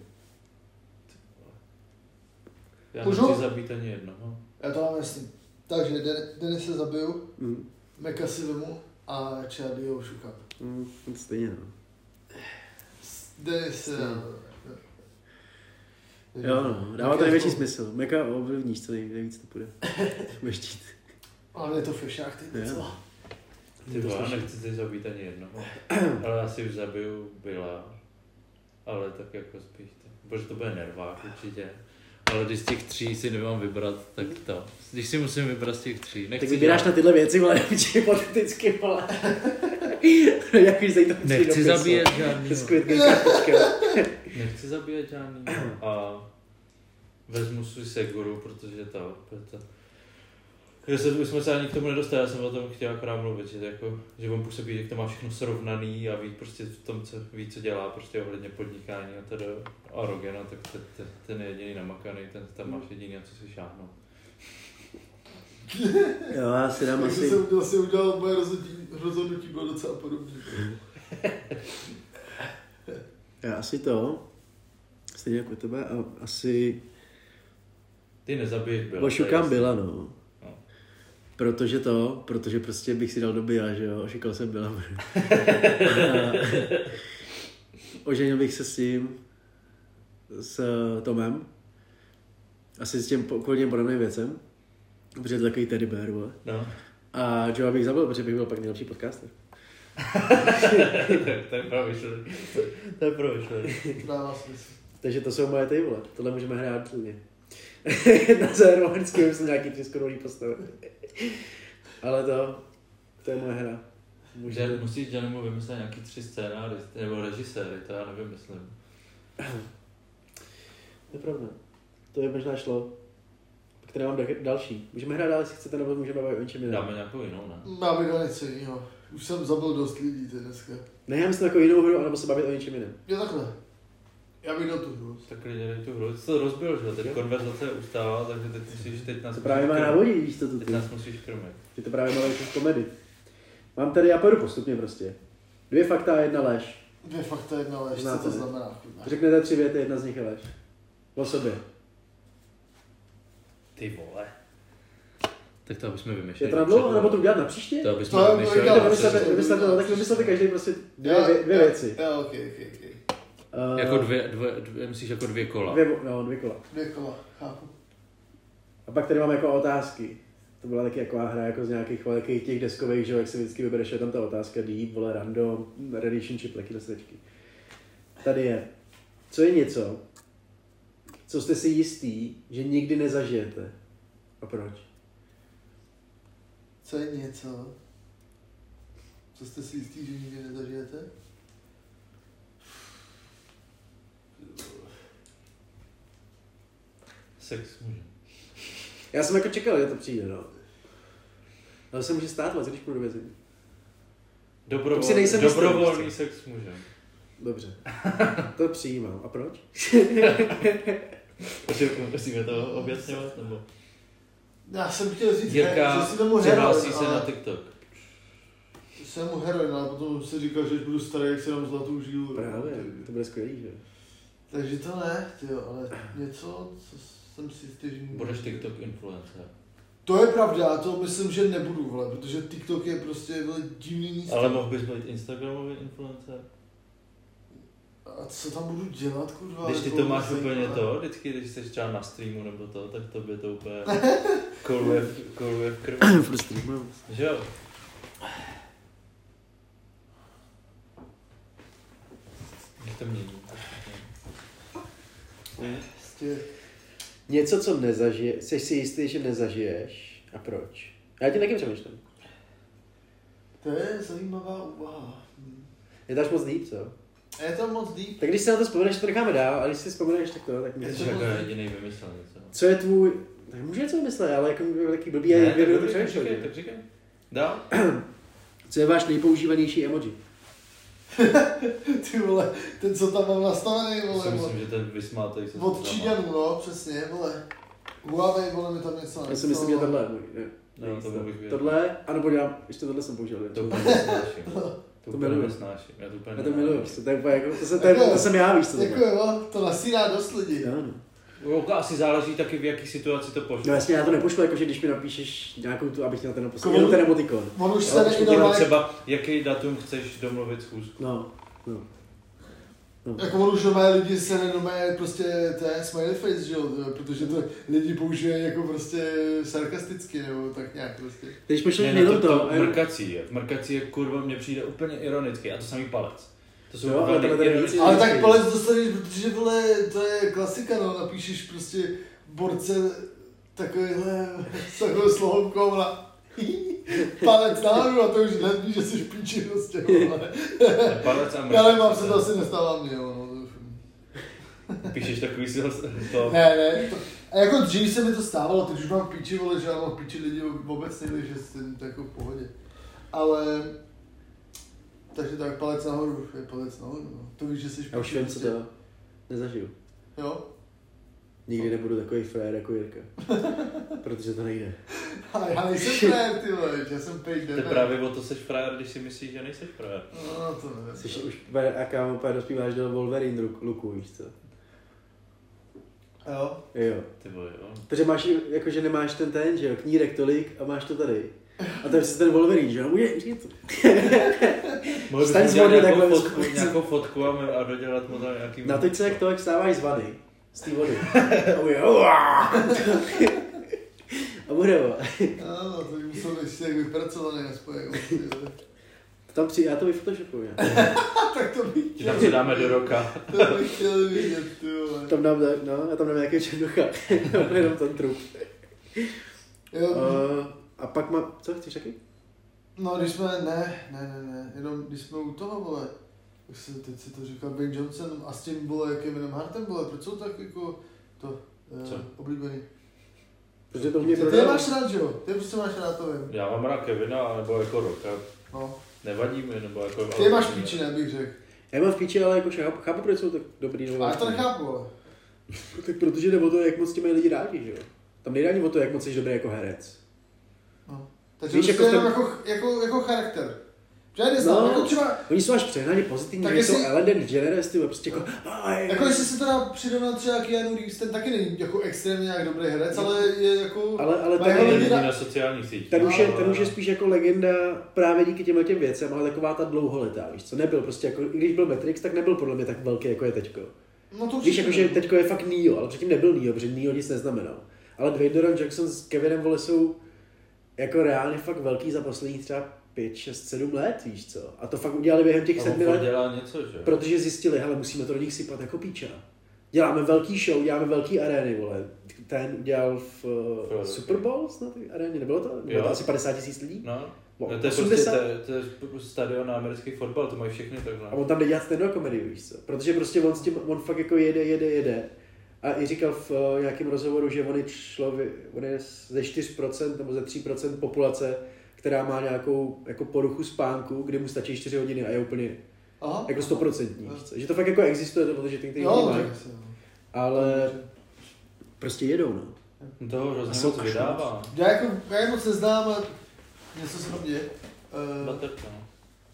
Já Můžu? nechci zabít ani jednoho. Já to mám jasný. Takže Den- Dennis se zabiju, Mm. Meka si vemu a Charlie ho šukám. Mm, to stejně, no. Dennis se... Jo, no, dává to největší smysl. Meka ovlivníš, co nej, nejvíc to půjde. Budeš chtít. Ale je to fešák, ty Jo. co? Ty to vole, slyším. nechci si zabít ani jednoho. Ale já si už zabiju Billa. Ale tak jako spíš to. Protože to bude nervák určitě. Ale když z těch tří si nemám vybrat, tak to. Když si musím vybrat z těch tří. Nechci Tak vybíráš dělat- na tyhle věci, vole, hypoteticky, vole. Jak už zajít to Nechci zabíjet žádný. Squid Game kartička. Nechci zabíjet žádný. A vezmu si Seguru, protože to, to že se, už jsme se ani k tomu nedostali, já jsem o tom chtěl akorát mluvit, že, jako, že on působí, jak to má všechno srovnaný a ví prostě v tom, co, ví, co dělá prostě ohledně podnikání a teda a Rogena, tak te, te, ten je jediný namakaný, ten tam máš jediný, na co si šáhnout. Jo, já si dám Takže asi... jsem udělal, si udělal moje rozhodnutí, rozhodnutí bylo docela podobné. Já asi to. Stejně jako tebe a asi... Ty nezabiješ Billa. Ošukám to je byla, jasný. no. No. Protože to, protože prostě bych si dal do Billa, že jo, ošukal jsem Billa. Oženil bych se s tím, s Tomem, asi s tím kvůli těm podobným věcem, protože je to takový teddy bear, vole. No. A Joe bych zabil, protože bych byl pak nejlepší podcaster. To je promyšlený. To je promyšlený. Dává smysl. Takže to jsou moje ty, vole. Tohle můžeme hrát klidně. Na závěr vždycky myslím nějaký tři skorový postavy. Ale to, to je moje hra. Může... Musíš Janimu vymyslet nějaký tři scénáři, nebo režiséry, to já nevymyslím. To je pravda. To je možná šlo. Pak tady mám da- další. Můžeme hrát dál, jestli chcete, nebo můžeme bavit o něčem jiném. Dáme nějakou jinou, ne? Máme dál něco jiného. Už jsem zabil dost lidí ty dneska. Ne, já myslím jako jinou hru, anebo se bavit o něčem jiném. Jo takhle. Já bych dal tu hru. Tak klidně dej tu hru. Ty jsi to rozbil, že? Teď konverzace ustává, takže teď musíš, teď nás To právě má návodí, víš co to Teď ty. nás musíš krmit. Ty to právě má jako v komedii. Mám tady, já půjdu postupně prostě. Dvě fakta a jedna lež. Dvě fakta, jedna lež, co Znáte, to ne? znamená? Kurva? Řeknete tři věty, jedna z nich je lež. O sobě. Ty vole. Tak to bychom Je vymýšleli. to na dlouho, nebo to udělat na příště? To To bychom je vymýšleli. mega. Vymyslete, vymyslete, no, tak vymyslete každý prostě dvě, vě- dvě věci. Jo, ok, ok, ok. Uh, Jako dvě, dvě, dvě, myslíš jako dvě kola? Dvě, no, dvě kola. Dvě kola, chápu. A pak tady mám jako otázky. To byla taky jako hra jako z nějakých velkých těch deskových, že jo, jak si vždycky vybereš, je tam ta otázka deep, vole, random, relationship, taky dostečky. Tady je. Co je něco, co jste si jistý, že nikdy nezažijete? A proč? Co je něco, co jste si jistý, že nikdy nezažijete? Sex může. Já jsem jako čekal, že to přijde, no. Ale se může stát, ale když půjdu do vězení. Dobrovol, Tam si nejsem jistý, dobrovolný prostě. sex může. Dobře. To přijímám. A proč? Musíme to objasňovat, nebo? Já jsem chtěl říct, Jirka, že si tomu přihlásí heroin, se ale na TikTok. jsem mu heroin, ale potom si říkal, že až budu starý, jak si dám zlatou žílu. Právě, to bude skvělý, že? Takže to ne, tyjo, ale něco, co jsem si jistý, že nikdy Budeš nezažiju. TikTok influencer. To je pravda, to myslím, že nebudu, vole, protože TikTok je prostě vole, divný místo. Ale mohl bys být Instagramový influencer? A co tam budu dělat, kurva? Když ty jako to máš zajímá. úplně to, vždycky, když jsi třeba na streamu nebo to, tak to by to úplně koluje v, koluje v krvi. Furt streamuju. Že jo? to mění. Prostě... Něco, co nezažiješ, jsi si jistý, že nezažiješ a proč? Já ti taky přemýšlím. To je zajímavá úvaha. Je to až moc deep, co? Je to moc deep. Tak když si na to vzpomeneš, to necháme dál, a když si vzpomeneš, tak to, tak mi Je Jsi to jako moc- jedinej vymyslel něco. Co je tvůj... Tak může něco vymyslet, ale jako taky blbý Ne, je tak dvě minuty dobrý, tak přemýšlet. říkej, tak říkej. Dál. Co je váš nejpoužívanější emoji? Ty vole, ten co tam mám nastavený, Já vole, si od, myslím, že ten vysmátej se. od Číňanů, no, přesně, vole. Huawei, vole, mi tam něco Já si myslím, že tohle je můj. Ne. No, to bych věděl. Tohle, ano, podívám, ještě tohle jsem použil. To úplně nesnáším. To To úplně miluju. nesnáším. Já to úplně Já to nenávidím. miluju, prostě, to, je úplně jako, to, se, to, je, to jsem já, víš co to Jako je. jo, to nasírá dost lidí. Jo, no. Jo, asi záleží taky, v jaký situaci to pošle. No jasně, já to nepošlu, jakože když mi napíšeš nějakou tu, abych na ten naposled, Komu- jenom ten emotikon. On už Jo, se počkej, neinoval, třeba, jaký datum chceš domluvit schůzku. No, no. no. jako on už normálně lidi se nenomé prostě té smiley face, že jo, protože to lidi používají jako prostě sarkasticky, nebo tak nějak prostě. Když pošleš Ne, jenom to, to, to a jenom- mrkací je. Mrkací je kurva, mně přijde úplně ironický. A to samý palec. To jsou Jo, ale velmi tohle tady ironický. víc- Ale tak palec dostaneš, protože vole, to je klasika, no, napíšeš prostě borce takovýhle, s takovou slohovkou na palec nahoru a to už hned víš, že jsi píči prostě, vole. Palec a Já mrkací. nevím, mám se to asi nestává mě, jo, no. Píšeš takový si to... Ne, ne, to, a jako dřív se mi to stávalo, teď už mám píči, vole, že já mám píči lidi obecně, takže jsem to jako v pohodě. Ale, takže tak palec nahoru, je palec nahoru, no. To víš, že jsi Já už vím, co to nezažiju. Jo? Nikdy nebudu takový frajer jako Jirka. Protože to nejde. A já nejsem frajer, ty vole, já jsem pejk To je demen. právě o to seš frajer, když si myslíš, že nejseš frajer. No, to nevím. Jsi už úplně- a kámo, úplně dospíváš do Wolverine luk- luku, víš co? Jo. Jo. Ty vole, jo. Protože máš, jakože nemáš ten ten, že jo, knírek tolik a máš to tady. A to je přesně ten Wolverine, že jo? Může říct. Mohli Vstaň bychom z vody dělat nějakou takhle, fotku, zkus. nějakou fotku a, my- a dodělat mu tam nějaký... Na teď se jak to, jak vstáváš z vany. Z té vody. A bude, a bude, jo. Ano, to by musel být si jak vypracovaný aspoň. Jako, ty vole. Tam přijde, já to vyphotoshopuju. A tak to bych Ti tam se dáme do roka. to bych chtěl vidět, ty vole. Tam dám, no, já tam dám nějaký černocha. Jenom ten trup. Jo, Uh, a pak mám, co chceš taky? no když jsme, ne, ne, ne, ne, jenom když jsme u toho, vole, jak se, teď si to říkal Ben Johnson a s tím, vole, Kevinem Hartem, vole, proč jsou tak jako to eh, Co? oblíbený? Protože to mě Ty, ty je prodal. máš rád, že jo? Ty prostě máš rád, to vím. Já mám rád Kevina, nebo jako roka. No. Nevadí mi, nebo jako... Ty je máš píči, ne, bych řekl. Já mám v píči, ale jako chápu, chápu, proč jsou tak dobrý. Nebo Ale já to nechápu, vole. Tak protože jde o to, jak moc tě mají lidi rádi, že jo? Tam nejde ani o to, jak moc jsi dobrý jako herec. No. Takže Víš, Víš, jako jako, v tom- jako, jako, jako charakter. Že já neznám, No. jako třeba, Oni jsou až přehnaně pozitivní, Tak že jsou jestli- Ellen DeGeneres, ty vole, prostě jako... "Aj, jako jestli se teda přirovnal třeba Keanu Reeves, ten taky není jako extrémně nějak dobrý herec, ale je jako... Ale, ale má ten, jako Ale lidi není na- na sociálních sítích. ten, už je, No, ten už je spíš jako legenda právě díky těmhle těm věcem, ale taková ta dlouholetá, víš co? Nebyl prostě jako, i když byl Matrix, tak nebyl podle mě tak velký, jako je teďko. No to Víš, určitě jakože ne. teďko je fakt Neo, ale předtím nebyl Neo, protože Neo nic neznamenal. Ale Dwayne The Rock Johnson s Kevinem, vole, jsou jako reálně fakt velký za posledních třeba pět, šest, sedm let, víš co? A to fakt udělali během těch A sedmi on let, dělá něco, že? protože zjistili, hele, musíme to do nich sypat jako píča. Děláme velký show, děláme velký arény, vole. Ten udělal v uh, Super Bowl snad ty aréně, nebylo to? Bylo to Jo. asi padesát tisíc lidí? No, Bo- to je prostě osmdesát? to je, to je stadion na americký fotbal, to mají všechny takhle. A on tam jde dělat stand-up komedii, víš co? Protože prostě on s tím, on fakt jako jede, jede, jede. A i říkal v uh, nějakém rozhovoru, že on je člověk, on je ze čtyři procenta nebo ze tři procenta populace, která má nějakou jako poruchu spánku, kdy mu stačí čtyři hodiny a je úplně Aha. jako stoprocentní, víš co? Že to fakt jako existuje, to, protože ty, kteří Jo, mají, tak asi, jo. ale prostě jedou, no. Toho A hrozně jsou moc až vydává. Já jako, já je moc neznám a něco se tam děje. Uh, Baterka, no.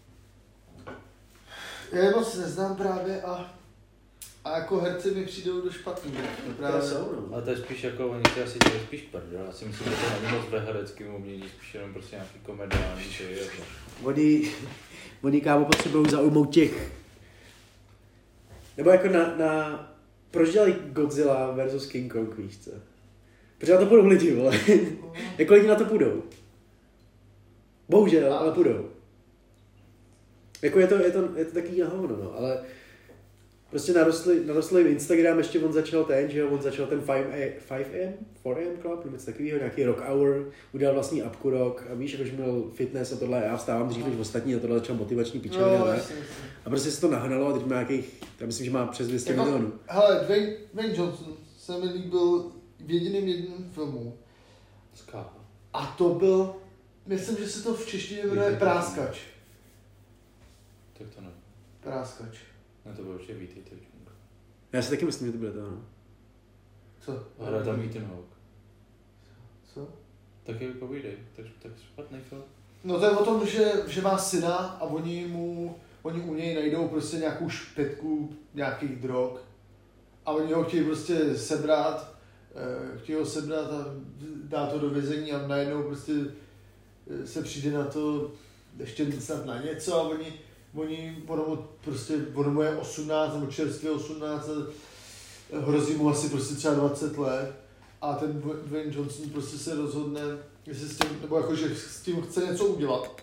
já je moc neznám právě a, a jako herci mi přijdou do špatný. To právě. jsou, no. Ale to je spíš jako, oni si asi dělají spíš prdel. Já si myslím, že to není moc ve hereckým umění, spíš jenom prostě nějaký komediální, že je to. Oni, oni kámo potřebují zaujmout těch. Nebo jako na, na proč dělají Godzilla versus King Kong, víš co? Protože na to půjdou lidi, vole. Jako lidi na to půjdou. Bohužel, ale půjdou. Jako je to, je to, je to taký na hovno, no, ale prostě narostli, narostli Instagram, ještě on začal ten, že jo, on začal ten five a m, four a m club, nebo něco takového, nějaký rock hour, udělal vlastní apku rock a víš, jakože měl fitness a tohle, já vstávám dřív než ostatní a tohle začal motivační pičoviny No, a, jasně, jasně. a prostě se to nahnalo a teď má nějakých, já myslím, že má přes dvě stě Jako- milionů. Hele, Dwayne, Dwayne Johnson se mi líbil v jediném jediném filmu. Skála. A to byl, myslím, že se to v češtině jmenuje Práskač. Tak to ne. Práskač. Ne, to bylo určitě Vítejte v džungli. Já si taky myslím, že to bude to, no. Co? Hraje tam Ethan Hawke. Co? Tak je povídej, tak, tak špatný film. No to je o tom, že, že má syna a oni mu, oni u něj najdou prostě nějakou špetku nějakých drog a oni ho chtějí prostě sebrat, eh, chtějí ho sebrat a dát to do vězení a najednou prostě eh, se přijde na to ještě snad na něco a oni, oni ono mu prostě, ono mu je osmnáct nebo čerstvě osmnáct a hrozí mu asi prostě třeba dvacet let a ten Dwayne Johnson prostě se rozhodne, jestli s tím, nebo jako, že s tím chce něco udělat.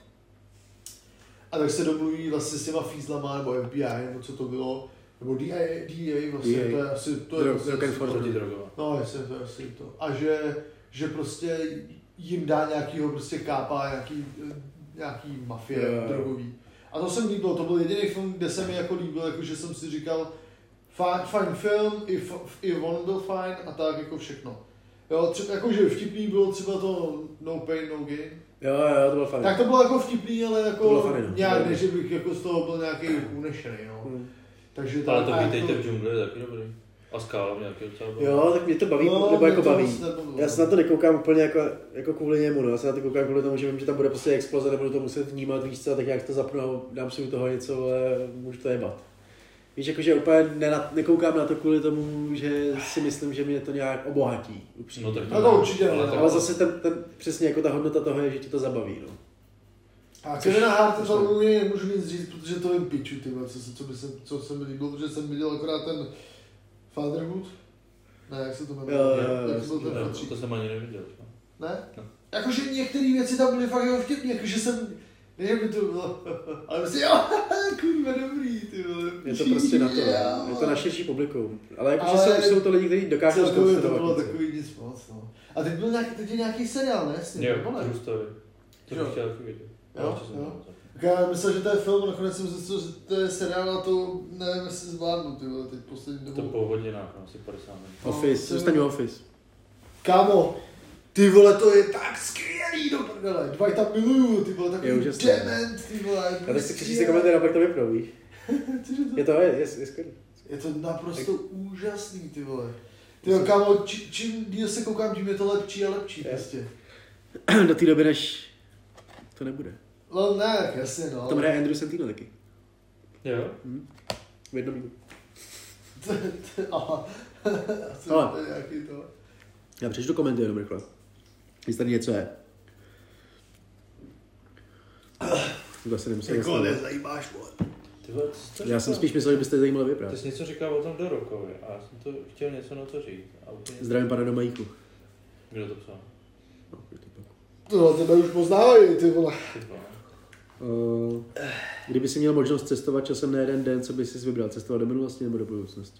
A tak se domluví vlastně s těma fízlama, nebo F B I, nebo co to bylo, nebo D A vlastně, D A. to je asi, to je Drog- vlastně, drug enforcement. Protidrogová. no jestli to je asi to. A že, že prostě jim dá nějakýho prostě kápa, nějaký, nějaký mafie Jo. drogový. A to se mi líbilo, to byl jediný film, kde se mi jako líbil, jako že jsem si říkal, fajn, fajn film, i, i on byl fajn a tak jako všechno. Jo, třeba, jakože vtipný bylo třeba to No Pain, No Gain. Jo, jo, to bylo fajn. Tak to bylo jako vtipný, ale To jako bylo fajn, no. nějak ne, že bych jako z toho byl nějaký unešený, no. Hmm. Takže Ale to a Vítejte jako- v džungli je taky dobrý. A Skála nějaký docela byl. Jo, tak mě to baví, No, nebo jako mě to baví. moc nebavilo. Já se na to nekoukám úplně jako, jako kvůli němu, no. Já se na to koukám kvůli tomu, že vím, že tam bude prostě exploze, nebudu to muset vnímat, víš co, tak jak to zapnu a dám si u toho něco, ale můžu to jebat. Víš, jakože úplně ne, nekoukám na to kvůli tomu, že si myslím, že mě to nějak obohatí, upřímně. No tak No to určitě, ale no. to- Ale zase ten, ten, přesně jako ta hodnota toho je, že ti to zabaví, no. A Kevina Harta to u něj nemůžu nic říct, protože to je piču, ty vole, co, se- co, by se, co se mi líbilo, protože jsem viděl akorát ten Fatherhood. Ne, jak se to jmenuje? Jo, jo, jo, Jak to byl ten Ne, patří? to jsem ani neviděl. No. Ne? No. Jakože některé věci tam byly fakt jako vtipný, jakože jsem, nevím, by to bylo, ale prostě jo, kurva dobrý, ty vole. Je to prostě na to, Yeah. je to na širší publikum. Ale jakože Ale jsou, jsou to lidi, kteří dokážou Celkově to zkonstatovat bylo něco. takový nic moc, no. A teď byl nějaký, teď je nějaký seriál, ne? S ním, Jo, nebo ne? True Story. To Jo. bych chtěl taky vidět. Jo, Ještě jsem jo. neviděl. Tak já myslel, že to je film, a nakonec jsem zjistil, že to je seriál a to nevím, jestli zvládnu, ty vole, teď poslední To dobou. po hodinách, no, asi padesát minut. Office, No, zůstaň u Office. Kámo, ty vole, to je tak skvělý, do prdele. Dva tam miluju, ty vole, Je takový úžasný. dement, ty vole. Já teď si přečíst komentář a pak to vypnou, víš? Je to, je, je, je skvělý. Je to naprosto úžasný, ty vole. Ty jo, kámo, či, čím díl se koukám, tím je to lepší a lepší, Je. prostě. Do té doby, než to nebude. No ne, jasně, no. Tam hraje Andrew Santino taky. Jo? V jednom dílu. Aha. Asi Ale. to je nějaký to. Já přečtu komenty jenom rychle. Jestli tady něco je. To asi nemusím Jako jasně. nezajímáš, vole. Ty vole, co jsi Já jsem říkal? spíš myslel, že byste zajímalo Ty vyprávět. jsi něco říkal o tom Dorokovi a já jsem to chtěl něco na to říct. A úplně... Zdravím pana Domajíku. Kdo to psal? No, je to pak. To tebe už poznávají, ty vole. Ty dva. Uh, kdyby si měl možnost cestovat časem na jeden den, co bys si vybral? Cestovat do minulosti nebo do budoucnosti?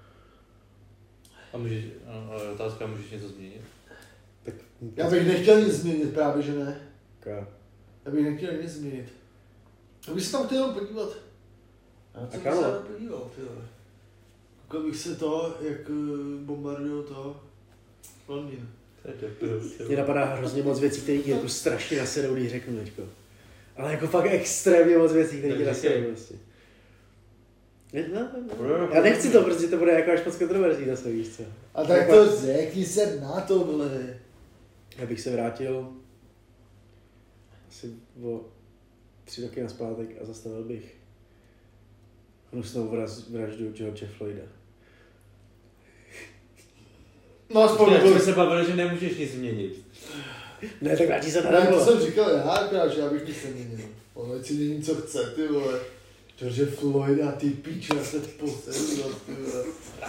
A můžeš, no, ale otázka, můžeš něco změnit? Tak, Já bych nechtěl nic změnit, právě že ne. Ka. Já bych nechtěl nic změnit. Já bych se tam chtěl jenom podívat. Já A jsem kam? se tam podíval, ty vole. Koukal bych se to, jak eh, bombardujou to Londýn. To je debil. Mě napadá hrozně moc věcí, které ti jako strašně nasedou, když řeknu teďko. Ale jako fakt extrémně moc věcí, které ti Tak říkej. nasedou prostě. Ne, no, no. Já nechci to, protože to bude jako až moc kontroverzní zase, víš co. A tak to řekni se na to, vole. Já bych se vrátil asi o tři roky nazpátek a zastavil bych hnusnou vraz, vraždu George Floyda. No aspoň Jak byl. jsme se bavili, že nemůžeš nic změnit. Ne, tak vrátí se na Ne, to nebo. jsem říkal já, akorát, že já bych nic neměnil. On ať si dělím, co chce, ty vole. George Floyd a ty píču, já se posedu, ty vole.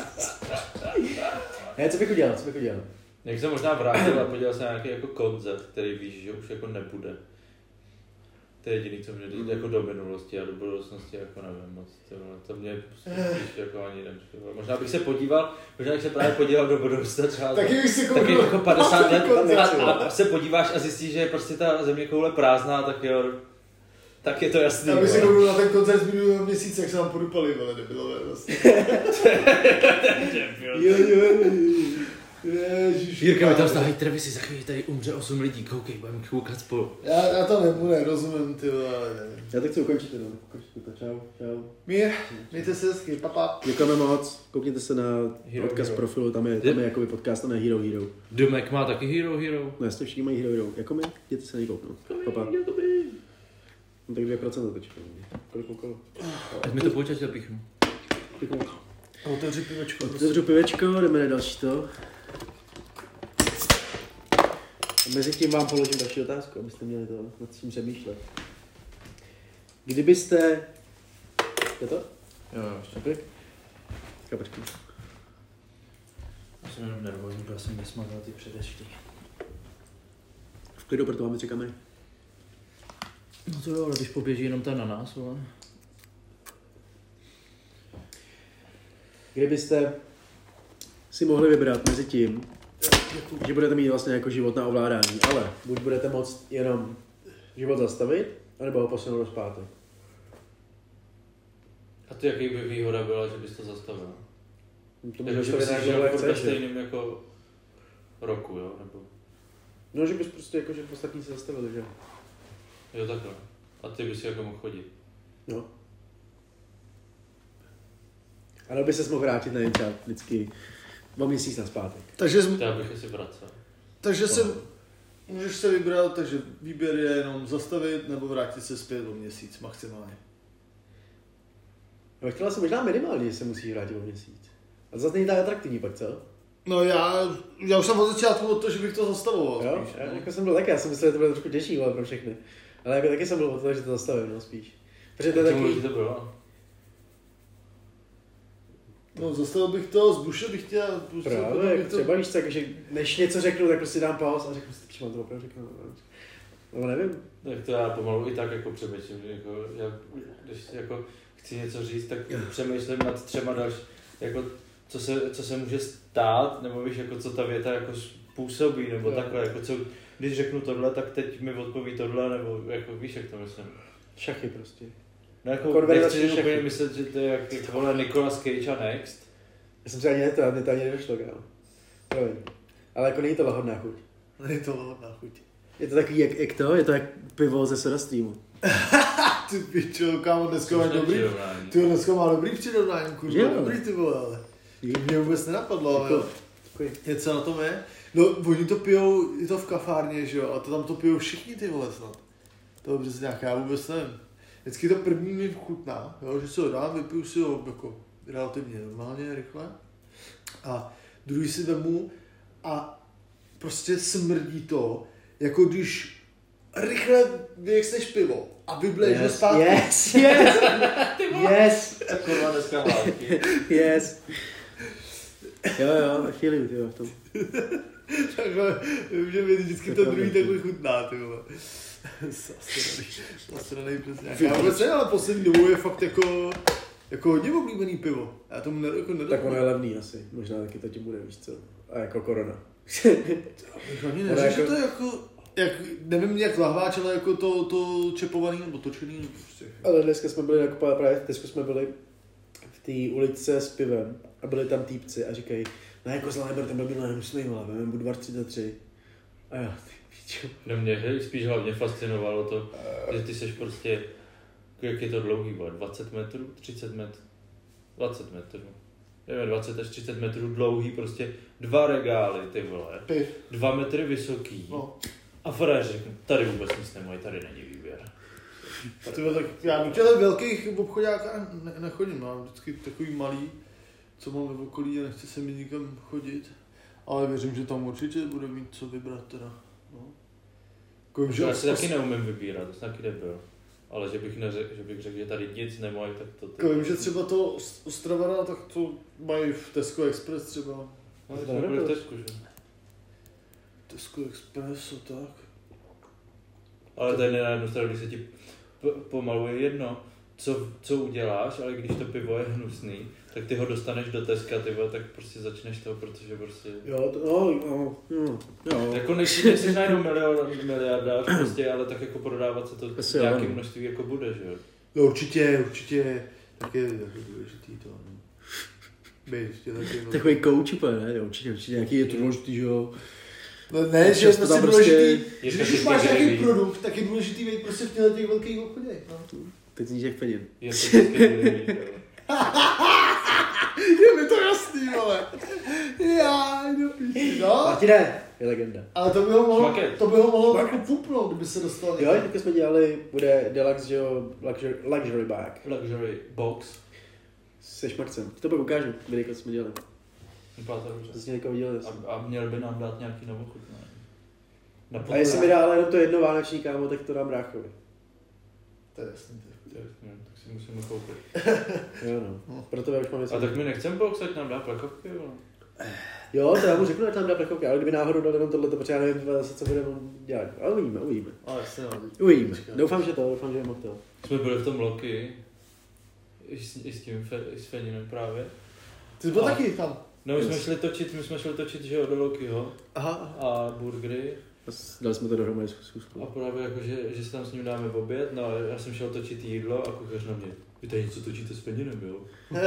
Ne, co bych udělal, co bych udělal? Jak se možná vrátil a podíval se na nějaký jako koncert, který víš, že už jako nebude. To je jediný, co mě jde jako do minulosti a do budoucnosti, jako nevím moc. To, to mě spíš jako ani nevím. Možná bych se podíval, možná bych se právě podíval do budoucna třeba taky bych si taky jako padesát let konce, a, a, se podíváš a zjistíš, že je prostě ta země koule prázdná, tak jo, tak je to jasný. Já bych si koukal na ten koncert z minulého měsíce, jak se nám podupali, vele, nebylové vlastně. Jo, jo, Ježiš. Jirka mi tam stáhají Travisy, za chvíli tady umře osm lidí, koukej, budeme koukat spolu. Já, já to nebudu, nerozumím, ty vole, ale nevím. Já to chci ukončit, no. Ukončit to, čau, čau. Mír, mějte se hezky, papa. Děkujeme moc, koukněte se na Hero, podcast Hero. profilu, tam je, tam je jakoby podcast a ne Hero Hero. Domek má taky Hero Hero. No jasně, všichni mají Hero Hero, jako my, jděte se na něj kouknout. Papa. No tak dvě procenta teďka. Kolik koukalo? Ať mi to počať zapíchnu. Děkuji. Otevři pivečko. Otevřu pivečko, jdeme na další to. A mezi tím vám položím další otázku, abyste měli to nad tím přemýšlet. Kdybyste... Je to? Jo, jo, ještě. Kapek? Kapečku. Já jsem jenom nervózní, protože jsem nesmazal ty předešky. V klidu, proto máme tři kamery. No to jo, ale když poběží jenom ta na nás, vole. Kdybyste si mohli vybrat mezi tím, že budete mít vlastně jako život na ovládání, ale buď budete moct jenom život zastavit, anebo ho posunout do zpátek. A ty jaký by výhoda byla, že bys to zastavil? To Jako, můžeš že to bys nějak žil jak furt ve chceš, že? stejným jako roku, jo? Nebo... No, že bys prostě jako, že ostatní se zastavili, že? Jo, takhle. A ty bys jako mohl chodit. No. Ale by ses mohl vrátit na jen třeba vždycky o měsíc na zpátek. Takže, jsi- To já bych asi vracel. takže se, můžeš se vybrat, takže výběr je jenom zastavit nebo vrátit se zpět o měsíc maximálně. No, chtěla jsem možná minimálně, že se musí vrátit o měsíc. A to zase není tak atraktivní pak, co? No já, já už jsem od začátku od toho, že bych to zastavoval Jo? spíš. Já, No. jako jsem byl taky, já jsem myslel, že to bude trošku těžší, ale pro všechny. Ale jako taky jsem byl od toho, že to zastavím, no spíš. Protože to je Čemu taky... to bylo? No, zastavil bych to, zbušil bych tě a prostě Právě, bych jak to... třeba víš co, jako, že než něco řeknu, tak prostě dám pauz a řeknu si, když mám to opravdu řeknu. No nevím. Tak to já pomalu i tak jako přemýšlím, že jako, já, když jako chci něco říct, tak přemýšlím nad třema další, jako co se, co se může stát, nebo víš, jako co ta věta jako způsobí, nebo Jo. takhle, jako co, když řeknu tohle, tak teď mi odpoví tohle, nebo jako víš, jak to myslím. Šachy prostě. No jako Konverzační nechci šachy. úplně myslet, že to je jak, jak vole Nicolas Cage a Next. Já jsem si ani neto, mě to ani nedošlo, kámo. Promiň. Ale jako není to lahodná chuť. Není to lahodná chuť. Je to takový, jak, jak to, je to jak pivo ze Soda Streamu. Ty pičo, kámo, dneska má Což dobrý, nepřirovnání. ty dneska má dobrý přirovnání, kurva, Jo. dobrý ty vole, ale. To mě vůbec nenapadlo, ale Jako- jo. Něco na tom je. No, oni to pijou, je to v kafárně, že jo, a to tam to pijou všichni ty vole snad. To je přesně nějak, já vůbec nevím. Vždycky to první mi chutná, jo, že si ho dám, vypiju si ho jako relativně normálně, rychle. A druhý si vemu a prostě smrdí to, jako když rychle vyjekneš pivo a vybleješ ho zpátky. yes, yes, yes, Kurva dneska hladky. yes. Jo, jo, chvíli, ty jo, v tom. Takhle, že mi vždycky to druhý takhle chutná, ty vole. Zasranej přesně. Já vůbec ne, ale poslední dobou je fakt jako, jako hodně oblíbený pivo. Já tomu ne, jako nedám. Tak ono je levný asi, možná taky to ti bude, víš co. A jako korona. Ani Ono neřeš, že jako- to je jako, jak, nevím jak lahváč, ale jako to, to čepovaný nebo točený, nebo prostě. Ale dneska jsme byli nakupovat, právě dneska jsme byli v té ulice s pivem a byli tam týpci a říkají, no jako zlá neber, ten byl nehnusný, ale vem Budvar třicet tři. A já, ty píčo. No mě hej, spíš hlavně fascinovalo to, že ty seš prostě, jak je to dlouhý, bude, dvacet metrů, třicet metrů, dvacet metrů, nevím, dvacet až třicet metrů dlouhý, prostě dva regály, ty vole, Piv. dva metry vysoký. No. A Ferrari řekne, tady vůbec nic nemají, tady není výběr. Tyhle, tak já do těchto velkých obchodákách ne, nechodím, mám vždycky takový malý, co mám v okolí a nechci se mi nikam chodit. Ale věřím, že tam určitě bude mít co vybrat teda. No. Kovím, že Já os, si taky neumím vybírat, to jsem taky nebyl. Ale že bych, neřekl, že bych řekl, že tady nic nemají, tak to... to kovím, že třeba to Os- Ostravana, tak to mají v Tesco Express třeba. No, jsme byli v Tesku, že? Tesco Express, a tak. Ale tady na jednu stranu, když se ti p- pomaluje jedno, co, co uděláš, ale když to pivo je hnusný, tak ty ho dostaneš do Teska, ty vole, tak prostě začneš to, protože prostě... Jo, to, no, no, no, jo. Jako nejsi, nejsi najednou miliardář, prostě, ale tak jako prodávat se to Asi nějaký jo. množství jako bude, že jo? No určitě, určitě, tak je taky důležitý to. No. Být, taky, no. Takový coach úplně, ne? Určitě, určitě nějaký je to důležitý, že jo. No ne, že je Často prostě tam důležitý, je že to když už vždycky máš nějaký gravy. produkt, tak je důležitý být prostě v těchto těch velkých obchodech, no. Teď zníš jak Fenin. Je to vždycky gravy, jo. Je mi to jasný, vole. Já jdu píči, no. Martine, je legenda. Ale to by ho mohlo, Šmaket. to by ho mohlo jako pupnout, kdyby se dostal Jo, někam. teďka jsme dělali, bude Deluxe, že jo, luxury, luxury bag. Luxury box. Se šmakcem. To pak ukážu, vidíte, co jsme dělali. Vypadá to dobře. To jsi někoho viděli. A, a měl by nám dát nějaký novochutnání. Na A jestli mi dá ale jenom to jedno vánoční, kámo, tak to dám bráchovi. To je jasný. to je- Tak si musíme koupit. Jo, no. Proto já už mám něco. A tak my nechceme box, ať nám dá plechovky, jo. Jo, to já mu řeknu, že tam dá plechovky, ale kdyby náhodou dal jenom tohle, protože já nevím zase, co budeme dělat. Ale uvidíme, uvidíme. Ale jasně, no. Uvidíme. Doufám, že to, doufám, že je moc to. Jsme byli v tom Loki. I s, i s tím fe, i s Feninem právě. Ty jsi byl A- taky tam. No my jsme Yes. šli točit, my jsme šli točit, že jo, do Lokiho. Aha. A burgery. Dali jsme to dohromady s schůzkou. A právě jako, že, že si tam s ním dáme v oběd, no a já jsem šel točit jídlo a kuchař na mě. Vy tady něco točíte s Feninem, jo?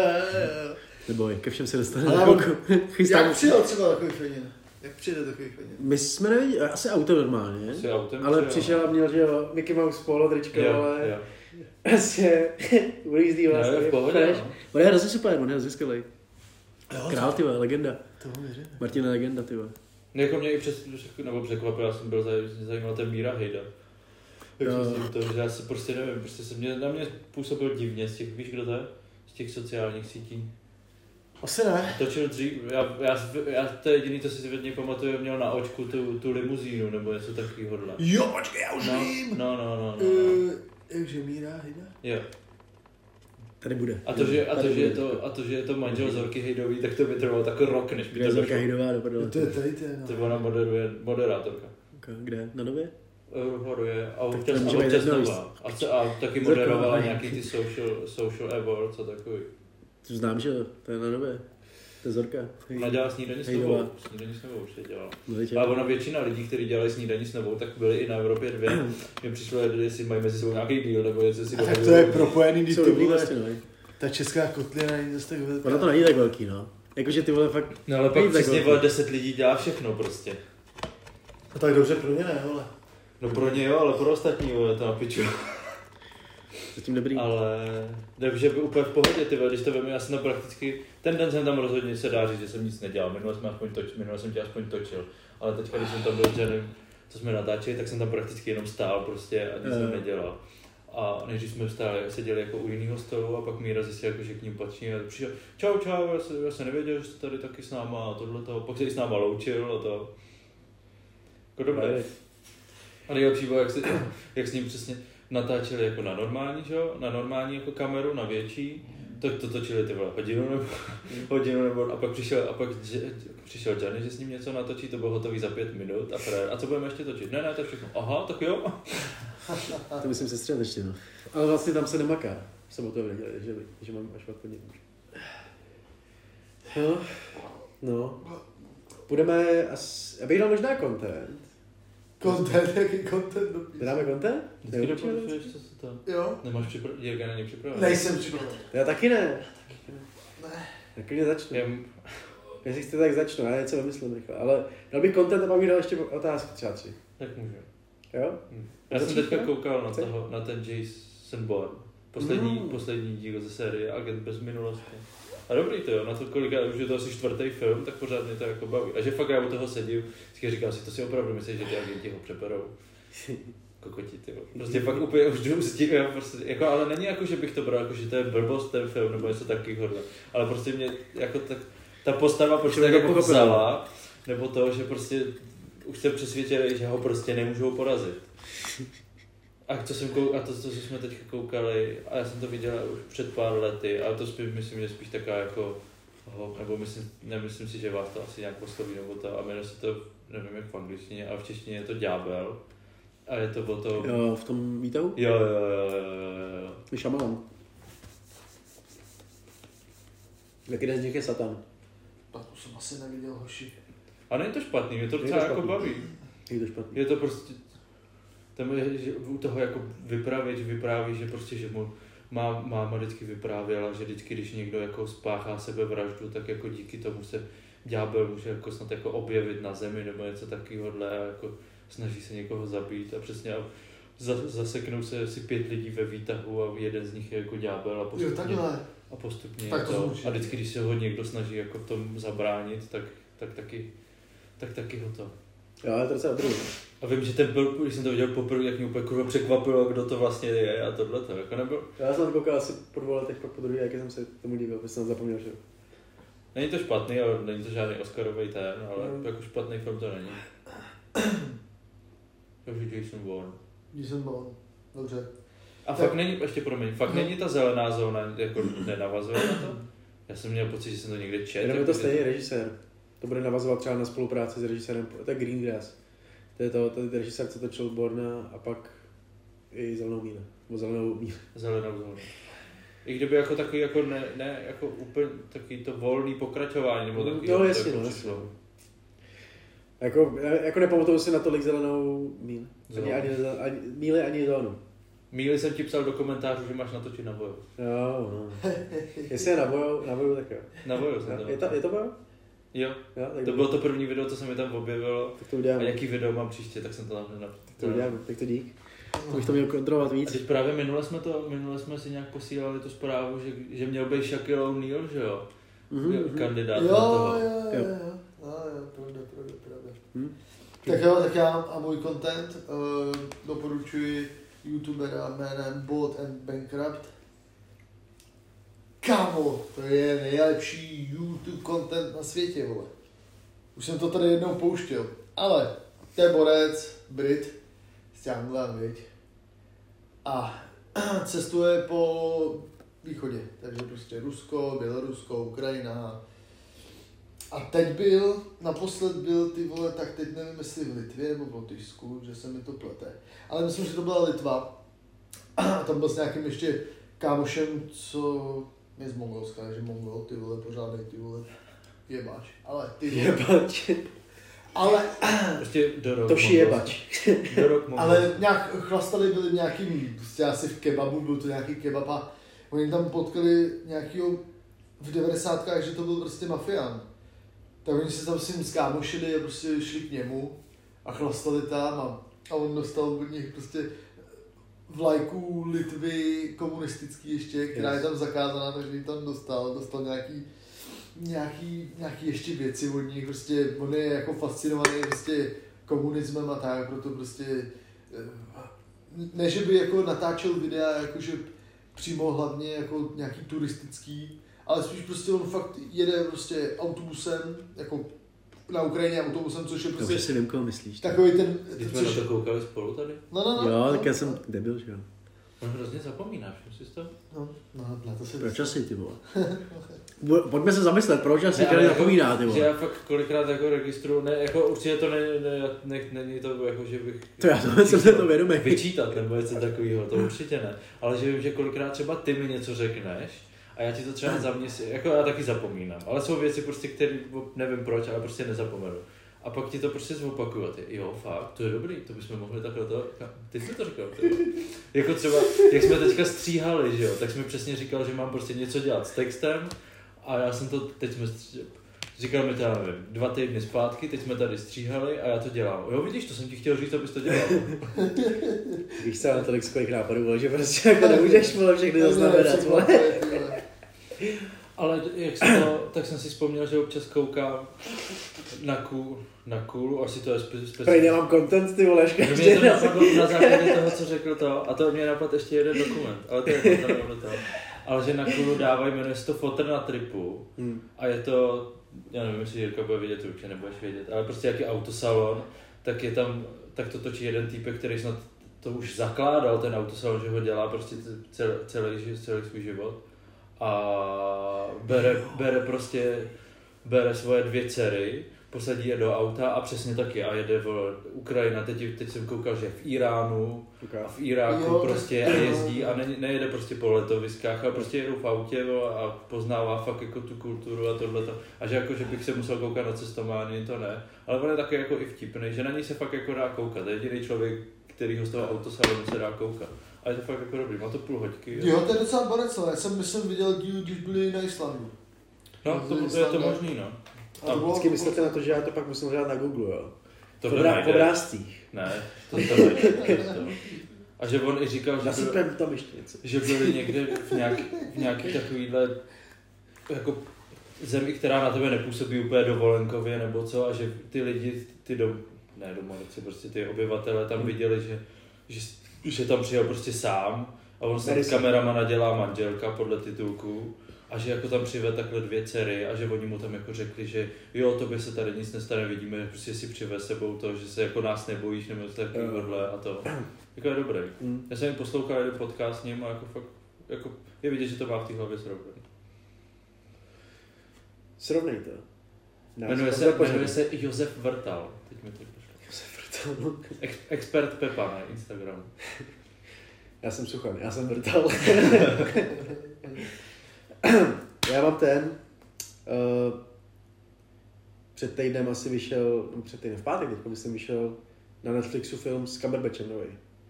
Neboj, ke všem se dostaneme. Ale on- Chystám. Jak přijel třeba takový fenin? Jak přijde takový fenin? My jsme neviděli, asi auto normálně. Asi autem Ale přijel. přišel a měl, že jo, Mickey Mouse polo tričko, Jo, ale jo. prostě ujízdý Jo, vlastně. je v pohodě, fresh. no. On je hrozně super, on je hrozně skvělej. Jo, Král, ty vole, legenda. To vám věřím. Martin je legenda, ty vole. No, jako mě i přes, nebo překvapil, já jsem byl zaj- zajímal ten Míra Hejda. Jak Jo. jsem s tím to, že já si prostě nevím, prostě se mě, na mě působil divně z těch, víš kdo to je? Z těch sociálních sítí. Asi ne. Točil dřív, já, já, já to je jediný, co si od něj pamatuju, měl na očku tu, tu limuzínu, nebo něco takového. Jo, počkej, já už No, vím. no, no, no, no, no. Uh, jakže Míra, Hejda? Jo. Tady bude. A to, že, a, to, Tady že je bude. to, a to, že je to manžel Zorky Hejdový, tak to by trvalo takový rok, než by Kde je to Zorka došlo. Hejdová do prdele? To je tady, to je, To no. ona moderuje, moderátorka. Kde? Na Nově? Eurohoruje a Tak občas, to a může být občas jedno nová. A, co- a taky Zorka, moderovala ahoj. nějaký ty social, social awards a takový. To znám, že jo, to je na Nově. To je Zorka. Ona dělá snídaní s Hejdová. novou. Snídaní s novou určitě dělala. No, teď A jo. ona většina lidí, kteří dělají snídaní s novou, tak byli i na Evropě dvě. Mně přišlo, jestli mají mezi sebou nějaký deal, nebo jestli si A tak to dohodují. je propojený, když Jsou ty dobrý vole, vlastně, no. ta česká kotlina není zase tak velká. Ona to není tak velký, no. Jakože ty vole fakt... No ale pak Není tak přesně velký. vole, deset lidí dělá všechno prostě. No tak dobře pro ně ne, vole. No pro ně jo, ale pro ostatní vole, to na piču. Zatím dobrý. Ale takže by úplně v pohodě, ty vole, když to vemu, já jsem tam prakticky, ten den jsem tam rozhodně se dá říct, že jsem nic nedělal, minule jsem aspoň točil, minule jsem tě aspoň točil, ale teďka, když jsem tam byl, že nevím, co jsme natáčeli, tak jsem tam prakticky jenom stál prostě a nic jsem Jo. nedělal. A než jsme stáli, seděli jako u jiného stolu a pak Míra zjistil, jako, že k ním patří a přišel, čau, čau, já, se, já jsem nevěděl, že jste tady taky s náma a tohle toho, pak se i s náma loučil a to. Jako dobré. A nejlepší bylo, jak, se, jak s ním přesně natáčeli jako na normální, že jo? Na normální jako kameru, na větší. Tak to točili ty vole hodinu nebo, hodinu nebo, a pak přišel, a pak že, přišel Johnny, že s ním něco natočí, to bylo hotový za pět minut a frajer, a co budeme ještě točit? Ne, ne, to je všechno. Aha, tak jo. To musím se střílet ještě, no. Ale vlastně tam se nemaká. Jsem o toho věděl, že, že mám až odpadně. No, no. Budeme, as... já bych dal možná content. Content, jaký content do písně. Dáme content? Vždycky doporučuješ, co se to... Jo? Nemáš připravený, Jirka není připravený. Nejsem připraven. Já taky ne. Ne. Já klidně začnu. Já, Jestli chcete, tak začnu, já něco vymyslím rychle. Ale dal bych content a pak bych dal ještě otázky třeba tři. tak můžu. Jo? Hm. Já jsem Začít, teďka ne? koukal na, Chceš? toho, na ten Jason Bourne. Poslední, Mm. poslední díl ze série Agent bez minulosti. A dobrý to jo, na to kolika, už je to asi čtvrtý film, tak pořád mě to jako baví. A že fakt já u toho sedím, vždycky říkám si, to si opravdu myslíš, že ty agenti ho přeperou. Kokoti, ty vole. Prostě fakt úplně už jdu s tím, já prostě, jako, ale není jako, že bych to bral, jako, že to je blbost ten film, nebo něco takového. Ale prostě mě, jako tak, ta postava, proč Že tak to jako pochopil. vzala, nebo to, že prostě už jsem přesvědčený, že ho prostě nemůžou porazit. A, co jsem kou, a to, co jsme teď koukali, a já jsem to viděl už před pár lety, ale to spíš, myslím, že spíš taková jako, ho, nebo myslím, nemyslím si, že vás to asi nějak osloví, nebo to, a jmenuje se to, nevím jak v angličtině, ale v češtině je to Ďábel. A je to o tom... Jo, v tom výtahu? Jo, jo, jo, jo, jo. Je Šamalan. Jak jeden z nich je Satan. Tak to jsem asi neviděl, hoši. A není to špatný, mě to Je docela to jako špatný. baví. Je to špatný. Je to prostě... Tam je, že u toho jako vypravěč vypráví, že prostě, že mu má, máma vždycky vyprávěla, že vždycky, když někdo jako spáchá sebevraždu, tak jako díky tomu se ďábel může jako snad jako objevit na zemi nebo něco takovéhohle a jako snaží se někoho zabít a přesně a za, zaseknou se si pět lidí ve výtahu a jeden z nich je jako ďábel a Jo, postupně, takhle. a, postupně Tak to to, zvučí. a vždycky, když se ho někdo snaží jako v tom zabránit, tak, tak taky tak taky ho to. Jo, ale to docela druhý. A vím, že ten byl, když jsem to viděl poprvé, jak mě úplně kurva překvapilo, kdo to vlastně je a tohle to jako nebyl. Já jsem to koukal asi po dvou letech, pak po druhé, jak jsem se tomu díval, protože jsem zapomněl, že Není to špatný, ale není to žádný Oscarový ten, ale Mm. jako špatný film to není. Takže Jason Bourne. Jason Bourne. Dobře. A Tak- fakt není, ještě promiň, fakt není ta zelená zóna, jako nenavazuje na to? Já jsem měl pocit, že jsem to někde četl. jenom je to jako, stejný že režisér. To bude navazovat třeba na spolupráci s režisérem, to je Greengrass. To je to, to je režisér, co točil Borna a pak i Zelenou míle. Nebo Zelenou míle. Zelenou zónu. I kdyby jako takový, jako ne, ne jako úplně takový to volný pokračování, nebo No, takový, no, jako jasně, jako no, přišlo. jasně. Jako, jako nepamatuju si natolik Zelenou míl. Ani, Zelenou. ani, ani, míle, ani Zelenou. Míli jsem ti psal do komentářů, že máš natočit na boju. Jo, no. Jestli je na boju, na boju, tak jo. Na boju jsem to Je to, je to boju? Jo, Jo, tak to bylo to první video, co se mi tam objevilo. Tak to A uděláme. jaký video mám příště, tak jsem to tam napsal. To uděláme, tak to dík. To bych to měl kontrolovat A víc. teď právě minule jsme to, minule jsme si nějak posílali tu zprávu, že, že měl být Shaquille O'Neal, že jo? Mhm, Jo, mhm. Kandidát Jo, na toho. jo, jo, Jo. jo. No, jo, pravda, pravda, pravda. Hm? Tak jo, tak já a můj content uh, doporučuji youtubera jménem Bold and Bankrupt. Kámo, to je nejlepší YouTube content na světě, vole. Už jsem to tady jednou pouštěl, ale to je borec, Brit, z Anglan, viď? A cestuje po východě, takže prostě Rusko, Bělorusko, Ukrajina. A teď byl, naposled byl ty vole, tak teď nevím, jestli v Litvě nebo v Lotyšsku, že se mi to plete. Ale myslím, že to byla Litva. A tam byl s nějakým ještě kámošem, co je z Mongolska, takže Mongol, ty vole, pořádnej, ty vole, jebáč. Ale ty vole, Jebač. ale, Prostě do rok. Toši jebač. Do rok ale nějak chlastali byli v nějakým, prostě asi v kebabu, byl to nějaký kebab a oni tam potkali nějakýho v devadesátkách, že to byl prostě mafián. Tak oni se tam s ním skámošili a prostě šli k němu a chlastali tam a, a on dostal od nich prostě vlajku Litvy komunistický ještě, která je tam zakázaná, takže ji tam dostal, dostal nějaký, nějaký, nějaký ještě věci od nich, prostě on je jako fascinovaný prostě komunismem a tak, proto prostě ne, že by jako natáčel videa jakože přímo hlavně jako nějaký turistický, ale spíš prostě on fakt jede prostě autobusem, jako na Ukrajině autobusem, což je prostě Dobře si vím, koho myslíš. takový ten, Když jsme na což, to koukali spolu tady? no, no, no, Jo, no, tak já no, jsem debil, že jo. On hrozně zapomínáš, myslíš to? no, no, na to se Proč asi, ty vole? Bu- Pojďme se zamyslet, proč asi ale tady jako, zapomíná, ty Že vole. já fakt kolikrát jako registruju, ne, jako určitě to ne, ne, ne, není to jako, že bych... To já to jsem se to vědomý. Vyčítat nebo něco takového, to určitě ne. Ale že vím, že kolikrát třeba ty mi něco řekneš a já ti to třeba za mě, si- jako já taky zapomínám. Ale jsou věci prostě, které nevím proč, ale prostě nezapomenu. A pak ti to prostě zopakuju a ty, jo, fakt, to je dobrý, to bychom mohli takhle to, ty jsi to říkal, ty. Jako třeba, jak jsme teďka stříhali, že jo, tak jsme přesně říkal, že mám prostě něco dělat s textem a já jsem to, teď jsme, stří- říkal mi to, já nevím, dva týdny zpátky, teď jsme tady stříhali a já to dělám. Jo, vidíš, to jsem ti chtěl říct, abys to dělal. Víš co, na tolik skvělých nápadů, vole, že prostě jako nemůžeš, vole, všechny zaznamenat, vole. Ale jak jsem to, tak jsem si vzpomněl, že občas koukám na kůl, na kůl, asi to je specifické. Prej nemám content, ty vole, Mě každý to den. napadlo na základě toho, co řekl to, a to mě napadl ještě jeden dokument, ale to je to, to nemám do toho. Ale že na kůlu dávají, jmenuje se to Fotr na tripu Hmm. a je to, já nevím, jestli Jirka bude vědět, určitě nebudeš vědět, ale prostě jaký autosalon, tak je tam, tak to točí jeden týpek, který snad to už zakládal, ten autosalon, že ho dělá prostě celý, celý, celý svůj život. A bere, bere prostě, bere svoje dvě dcery, posadí je do auta a přesně taky a jede vole, Ukrajina, teď, teď jsem koukal, že v Iránu Okay. a v Iráku Jo, prostě tak- a jezdí a ne, nejede prostě po letoviskách, ale prostě jedou v autě vole, a poznává fakt jako tu kulturu a tohleto. A že jako, že bych se musel koukat na cestování, to ne. Ale on je taky jako i vtipný, že na něj se fakt jako dá koukat. Je jediný člověk, který ho z toho autosalonu se dá koukat. A je to fakt jako dobrý, má to půl hoďky. Jo, to je docela borec, ale já jsem, myslím, viděl díl, když byli na Islandu. No, to, to je to možný, no. A to bylo- Vždycky myslíte na to, že já to pak musím hledat na Google, jo? To v obrá- nejde. v obrázcích. Ne, to, to nejde. To. A že on i říkal, že, byl, Nasypem tam ještě něco. že byli někde v nějaký, v nějaký takovýhle jako zemi, která na tebe nepůsobí úplně dovolenkově nebo co, a že ty lidi, ty dom, ne domorodci, prostě ty obyvatele tam viděli, že, že, že tam přijel prostě sám a on se kameramana dělá manželka podle titulku a že jako tam přived takhle dvě dcery a že oni mu tam jako řekli, že jo, tobě se tady nic nestane, vidíme, že prostě si přivez sebou to, že se jako nás nebojíš nebo takovýhle a to. Jako je dobrý. Mm. Já jsem jim poslouchal jeden podcast s ním a jako fakt, jako je vidět, že to má v té hlavě srovnaný. Srovnej to. Nás Jmenuje to se, započne. jmenuje se Josef Vrtal. Teď mi to došlo. Ex, expert Pepa na Instagramu. Já jsem Suchan, já jsem Vrtal. Já mám ten, uh, před týdnem asi vyšel, no před týdnem v pátek, teď myslím vyšel na Netflixu film s Cumberbatchem nový.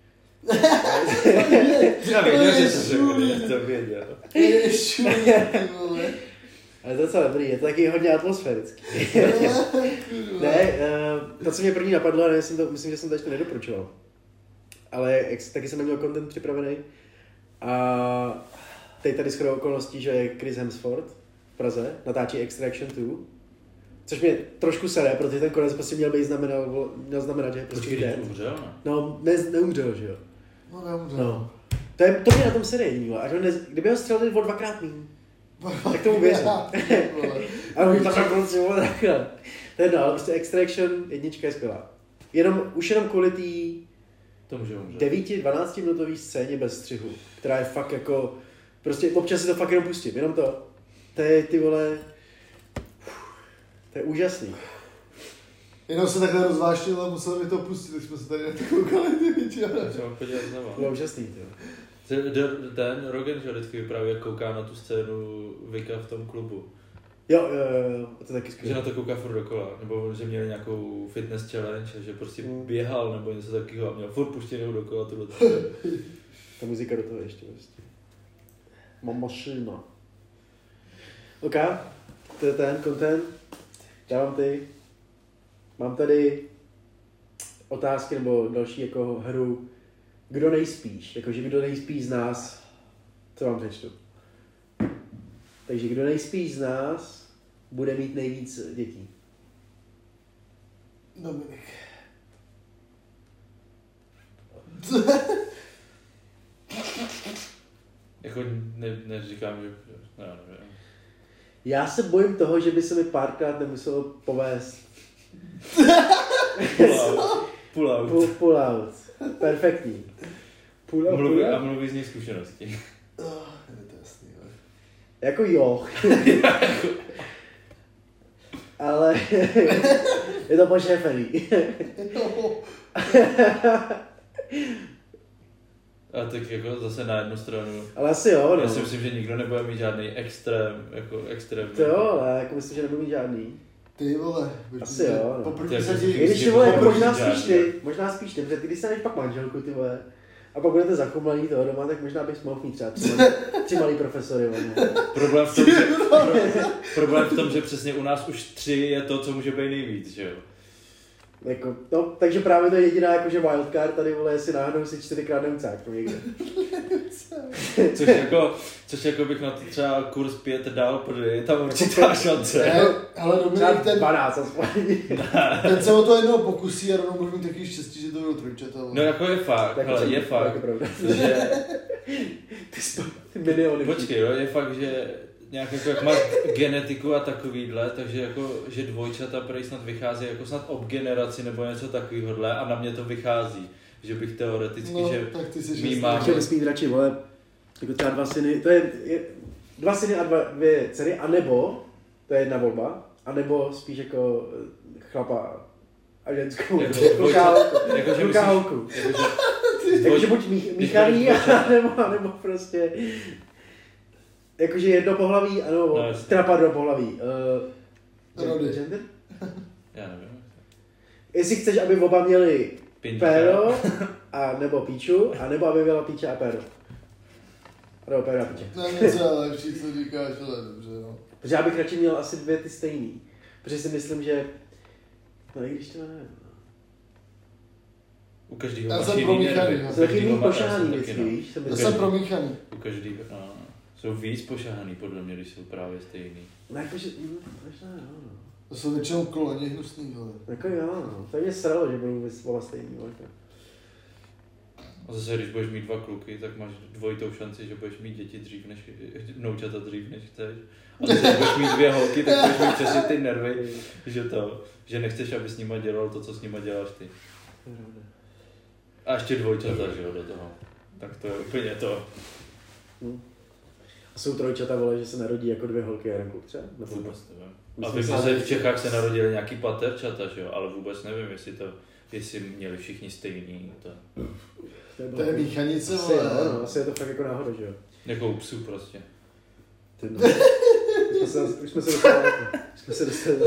Já věděl, že jsi řekl, to věděl. Ježiš, ty vole. Ale to je docela dobrý, je to taky hodně atmosférický. Ne, uh, to, co mě první napadlo, ne, jsem to, myslím, že jsem to ještě nedoporučoval. Ale jak, taky jsem neměl content připravený. A teď tady shodou okolností, že je Chris Hemsworth v Praze, natáčí Extraction dva. Což mě trošku sere, protože ten konec prostě měl být znamenal, měl znamenat, že je prostě Počkej, dead. umřel, ne? No, ne, neumřel, že jo. No, neumřel. No. To, je, to mě na tom sere jediný, až on ne, kdyby ho střelili o dvakrát míň. Tak tomu věřím. Ale už tam na konci bylo takhle. To je jedno, ale prostě Extraction jednička je skvělá. Jenom, už jenom kvůli té To může umřet. devět dvanáct minutový scéně bez střihu, která je fakt jako, prostě občas si to fakt jenom pustím, jenom to. To je ty vole, to je úžasný. Jenom se takhle rozvášnil a musel mi to pustit, tak jsme se tady na to koukali ty větši. Já se mám podívat To znova. bylo úžasný, to. Ten Rogan, že vždycky vypráví, jak kouká na tu scénu Vika v tom klubu. Jo, jo, jo, to je taky Že skvělé. na to kouká furt dokola, nebo že měli nějakou fitness challenge, a že prostě Mm. běhal nebo něco takového a měl furt puštěnou dokola tuhle. Ta muzika do toho ještě prostě. Mám mašina. OK, to je ten content. Já mám ty. Mám tady otázky nebo další jako hru. Kdo nejspíš? Jakože kdo nejspíš z nás? Co vám přečtu? Takže kdo nejspíš z nás bude mít nejvíc dětí? Dominik. Jako ne, neříkám, že... Ne, nevím. Já se bojím toho, že by se mi párkrát nemuselo povést Pull out. Pull out. pull, pull out. Perfektní. Pull out, Mluví, pull a out. mluví z nich zkušeností. Oh, je to jasný, ale. Jako jo. Ale je to pošefený. A tak jako zase na jednu stranu. Ale asi jo, no. Já si myslím, že nikdo nebude mít žádný extrém, jako extrém. To jo, ale jako myslím, že nebudu mít žádný. Ty vole. Asi jo, no. Poprvé Ty se jako- ti... I když ty Prostě vole, jako poprvé možná žádný. spíš ty, možná spíš ty, protože ty, když se než pak manželku, ty vole, a pak budete zachumlaný toho doma, tak možná bych mohl mít třeba tři, malý, tři malý profesory, vole. Problém v tom, že, pro, problém v tom, že přesně u nás už tři je to, co může být nejvíc, že jo? Jako, no, takže právě to je jediná jakože wildcard tady, vole, jestli náhodou si čtyřikrát neucáknu někde. Což jako, což jako bych na to třeba kurz pět dal, protože je tam určitá šance. Ne, ale Dominik, Třeba ten, dvanáct aspoň. ten se o to jednou pokusí a rovnou budu mít takový štěstí, že to bylo trojčata. No jako je fakt, Tak hele, to- je to fakt, je pravda. že, Ty sto, ty miliony. počkej, no, je fakt, že nějak jako jak máš genetiku a takovýhle, takže jako, že dvojčata prej snad vychází jako snad ob generaci nebo něco takovýhodle a na mě to vychází, že bych teoreticky, No, že tak ty jsi mý štěstí. mám- Chtěl bys mít radši, vole, jako třeba dva syny, to je, je dva syny a dva, dvě dcery, anebo, to je jedna volba, A nebo spíš jako chlapa a ženskou. Jako Kluka Jakože kluka myslíš, holku. jakože Takže buď mí- míchaný, nebo, nebo prostě... Jakože jedno pohlaví, anebo... No, No, jasně. teda pardon, pohlaví. Uh, Rody. gender? já nevím. Jestli chceš, aby oba měli Pinčka. péro, a nebo píču, a nebo aby byla píče a péro. A nebo péro a píče. To je něco lepší, co říkáš, ale dobře, no. Protože já bych radši měl asi dvě ty stejný. Protože si myslím, že... No i když to nevím. U každého Já máš jsem jiný promíchaný, nervy. já U Jsou taky každýho mít má- já pošahaný jsem věci, taky, no. víš? Jsem Já myslím- jsem promíchaný. U každého, no. Jsou víc pošahaný podle mě, když jsou právě stejný. No jakože... hm, možná jo, no. To jsou většinou kloni hnusný, ale. Jako jo, no. To mě sralo, že budou oba stejný. Možná. A zase, když budeš mít dva kluky, tak máš dvojitou šanci, že budeš mít děti dřív než, vnoučata dřív než chceš. A zase, když budeš mít dvě holky, tak budeš mít přesně ty nervy, že to, že nechceš, aby s nima dělal to, co s nima děláš ty. To je pravda. A ještě dvojčata, že jo, do toho. Tak to je úplně to. Hm. A jsou trojčata, vole, že se narodí jako dvě holky a jeden kluk třeba? Nebo Vůbec nevím. A Myslím vím, si, že že- v Čechách se narodili nějaký paterčata, že jo, ale vůbec nevím, jestli to, jestli měli všichni stejný, to, To je, To je míchanice, asi, vole. jo, no, asi je to fakt jako náhoda, že jo? jako u psů prostě. Ty no. Už jsme se, už jsme se dostali. Už jsme se dostali.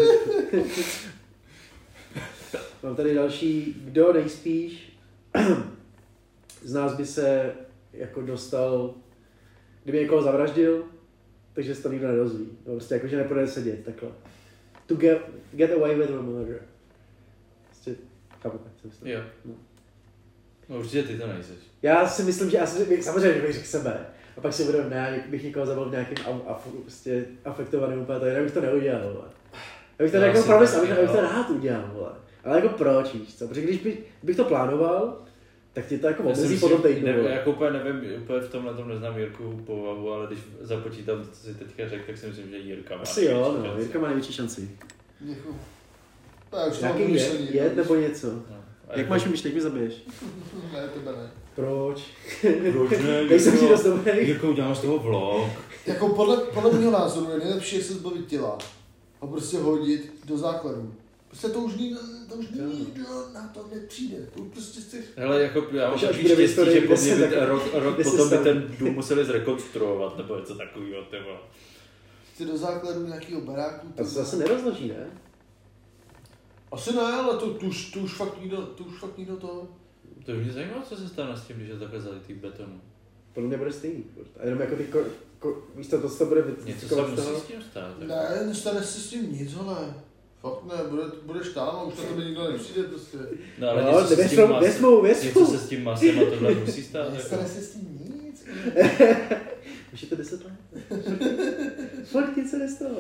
Mám tady další, kdo nejspíš z nás by se jako dostal, kdyby někoho zavraždil, takže se to nikdo nedozví. No, prostě jako, že nepůjde sedět takhle. To get, get away with a murder. Prostě, chápete, co myslím. Jo. No. No určitě ty to nejseš. Já si myslím, že já si, samozřejmě, že bych řekl sebe. A pak si uvědomím, ne, jak bych někoho zabil v nějakým a, a, prostě afektovaným úplně, to jinak bych to neudělal, vole. Já bych to Já jako si promis, taky, abych, abych to jo. rád udělal, vole. Ale jako proč, víš co? Protože když bych, bych to plánoval, tak ti to jako Já si omezí myslím, po tom týdnu, ne, vole. jako úplně nevím, úplně v tomhle tom neznám Jirku povahu, ale když započítám to, co si teďka řekl, tak si myslím, že Jirka má Asi jo, největší no, šanci. Jirka má největší šanci. Děkuju. Já už to mám Jaký je, vymyšlený. je nebo něco? No. A Jak jako- máš umíš, teď mi zabiješ. Ne, tebe ne. Proč? Proč ne? Nejsem ti dost dobrý. Jirko, udělám z toho vlog. Jako podle, podle mého názoru je nejlepší, jak se zbavit těla a prostě hodit do základu. Prostě to už nikdo, to už nikdo na to nepřijde. To už prostě chceš... Hele, jako já mám Takže až takový bude v štěstí, historii, že kde po mně se by tak- rok, rok kde se potom by stane. ten dům museli zrekonstruovat, nebo něco takového, ty vole. Chci do základu nějakého baráku. A to se zase nerozloží, ne? Asi ne, ale to, to, už, to už fakt nikdo, to už fakt nikdo to... To už mě zajímá, co se stane s tím, když je takhle zalitý betonu. Podle mě bude stejný. A jenom jako ty, ko, ko, víš co, to, to bude Něco se vycikovat z musí toho. s tím stát. jako. Ne, nestane se s tím nic, ale... Fakt ne, bude, budeš tam a už na tebe nikdo nepřijde prostě. No ale No, něco se s věř tím tomu, masem, věř mu, věř něco mu. se s tím masem a tohle musí stát. Nestane Jako. se s tím nic. Už je to deset let. Fakt nic se nestalo.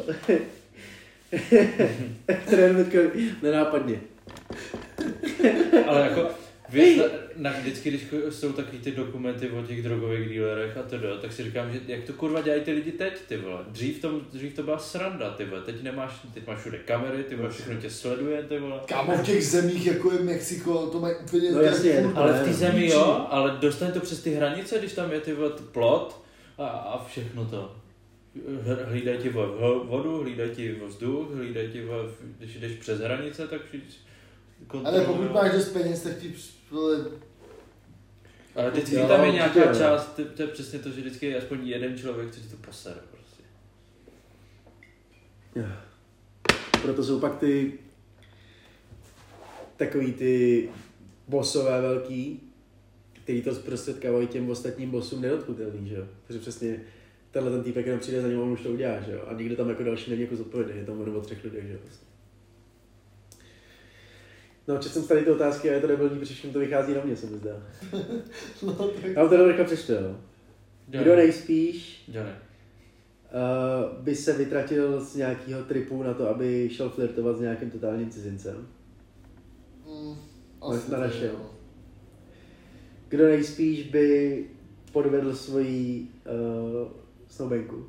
Trenér teďka nenápadně. Ale jako, víš, na, na, vždycky, když jsou takový ty dokumenty o těch drogových dealerech a teda, tak si říkám, že jak to kurva dělají ty lidi teď, ty vole. Dřív, tom, dřív to byla sranda, ty vole. Teď nemáš, teď máš všude kamery, ty vole, všechno tě sleduje, ty vole. Kámo, v těch zemích, jako je Mexiko, to mají úplně... No to je jasně, furt- Ale v té Ne, zemi jo, ale dostaň to přes ty hranice, když tam je ty vole, plot a, a všechno to. Hl- Hlídají ti vo- vodu, hlídají ti vzduch, hlídají ti, vo- když jdeš přes hranice, tak všichni Ale pokud kontrolují. máš dost peněz, tak ti... vole, Ale vždycky Jo, tam je určitě, nějaká no. část, to, to je přesně to, že vždycky je aspoň jeden člověk, co ti to posere prostě. Proto jsou pak ty takový ty bossové velký, který to zprostředkávají těm ostatním bossům nedotknutelný, že jo? Takže přesně tenhle ten týpek jenom přijde za ním a on už to udělá, že jo? A nikdo tam jako další není jako zodpovědný, je tam jenom o třech lidech, že jo? No, četl jsem tady ty otázky a je to debilní, protože všechno to vychází na mě, se mi zdá. No, tak... Já vám to rychle přečtel. Kdo nejspíš Johnny. uh, by se vytratil z nějakého tripu na to, aby šel flirtovat s nějakým totálním cizincem? Mm, Na- asi na to našem. jo. Kdo nejspíš by podvedl svoji uh, snoubenku?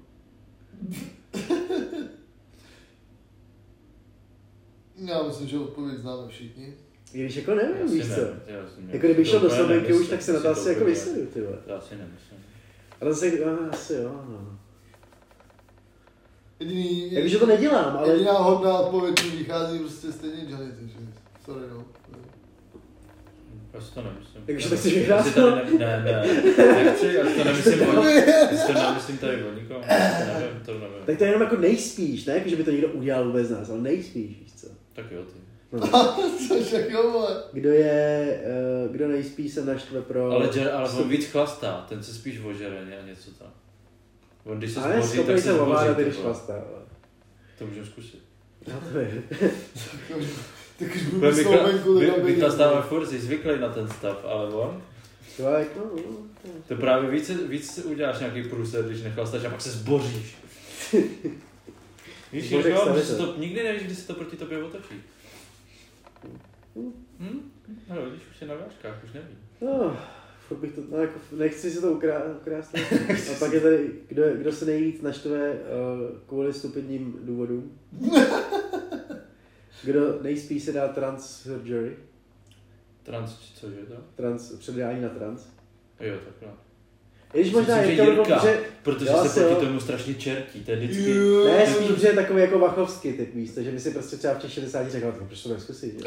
Já myslím, že odpověď známe všichni. I když jako nevím, Já si víš co? ne- já si ne- Jako kdyby šel do úplně snoubenky už, nemyslím, tak se na si to asi jako úplně- vysvědil, ty vole. Já si nemyslím. Ale zase, ah, asi jo, no. Jediný... Já víš, že to nedělám, ale... Jediná hodná odpověď mi vychází prostě stejně Johnny, takže sorry no. Já si to nemyslím. Takže tak si vyhrál? Ne, ne, ne, nechci, já si to nemyslím, já si to nemyslím tady o nikom, nevím, to nevím. Tak to je jenom jako nejspíš, ne? Jako, že by to někdo udělal vůbec nás, ale nejspíš, víš co? Tak jo, ty. No. Což jak jo, vole. Kdo je, uh, kdo nejspíš se naštve pro... Ale, džer, ale on víc chlastá, ten se spíš ožere a něco tam. On když se ale zboří, tak tak se se zboří. ovládat, když chlastá, ale... To můžeme zkusit. Já to vím. Tak už budu slovenku, tak aby... Vychlastáme furt, jsi zvyklý na ten stav, ale on... To je jako... To právě víc, víc uděláš nějaký průser, když nechlastáš a pak se zboříš. Víš, Zbořek jo, že se se to, nikdy nevíš, kdy se to proti tobě otočí. Hm? No, vidíš, už je na vážkách, už nevím. No, furt bych to, no jako, nechci si to ukrá, ukrást. A pak je tady, kdo, kdo se nejvíc naštve uh, kvůli stupidním důvodům. Kdo nejspíš se dá trans surgery. Trans, cože to? Trans, předání na trans. Jo, takhle. Když možná Myslím, je že to Jirka, že... protože jo, se proti jo. tomu strašně čertí, to je vždycky... Ne, spíš, že je takový jako vachovský typ místo, že by si prostě třeba v těch šedesáti řekl, tak proč to neskusit,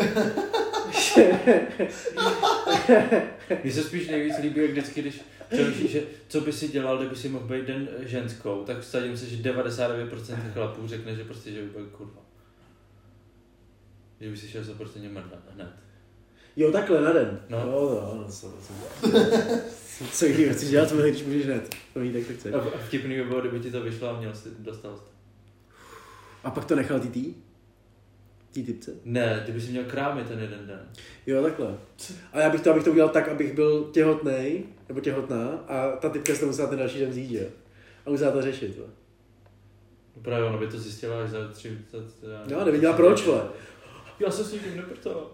Mně se spíš nejvíc líbí, jak vždycky, když přemýšlíš, že co by si dělal, kdyby si mohl být den ženskou, tak vsadím se, že devadesát devět procent chlapů řekne, že prostě, že by byl kurva. Že by si šel za prostě mrdat hned. Jo, takhle na den. No. No, no, no, co, co, co jiného chceš dělat, když můžeš hned. To ví, tak to chceš. A vtipný by bylo, kdyby ti to vyšlo a měl jsi, dostal jsi. A pak to nechal ty tý? Tý typce? Ne, ty bys si měl krámy ten jeden den. Jo, takhle. A já bych to, abych to udělal tak, abych byl těhotnej, nebo těhotná, a ta typka se to musela ten další den vzít, že? A musela to řešit, jo. Právě ono by to zjistila až za tři... Za, za, No, nevěděla proč, vole. Já jsem s nikým neprtal.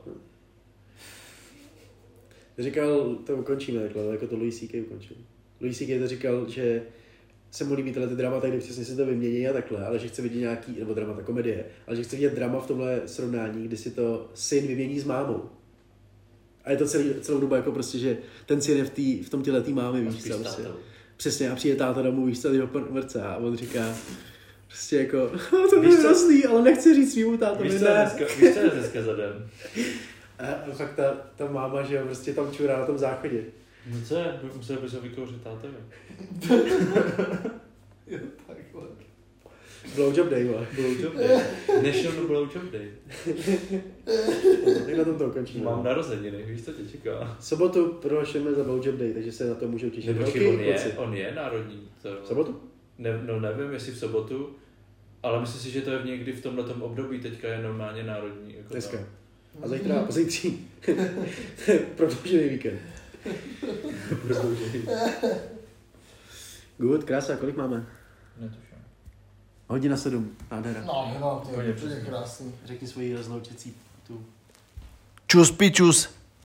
Říkal, to ukončíme takhle, jako to Louis C K ukončil. Louis C K to říkal, že se mu líbí tyhle ty dramata, kdy přesně si to vymění a takhle, ale že chce vidět nějaký, nebo dramata, komedie, ale že chce vidět drama v tomhle srovnání, kdy si to syn vymění s mámou. A je to celý, celou dobu jako prostě, že ten syn je v, tý, v tom těle tý mámy, víš co, prostě. Přesně, a přijde táta domů, víš co, a ho mrcá a on říká, prostě jako, to je hrozný, ale nechci říct svýmu tátovi, víš, co ne. dneska, víš, co je dneska za den? A fakt ta, ta máma, že jo, prostě tam čurá na tom záchodě. No co je? Musel bys ho vykouřit tátovi. Jo, takhle. Blowjob day, vole. Blowjob day. National Blowjob day. Tak na tom to ukončíme. Mám narozeniny, víš, co tě čeká. Sobotu prošleme za Blowjob day, takže se na to můžou těšit. Ne, počkej, on je, on je národní. To... Sobotu? Ne, no nevím, jestli v sobotu, ale myslím si, že to je někdy v tomhletom období, teďka je normálně národní. Jako dneska. tam. A zítra a pozítří. Prodloužený víkend. Prodloužený. Good, krása, kolik máme? Netuším. Hodina sedm, nádhera. No, no, to je Úplně úplně přesně. krásný. Řekni svoji rozloučecí tu. Čus, pičus.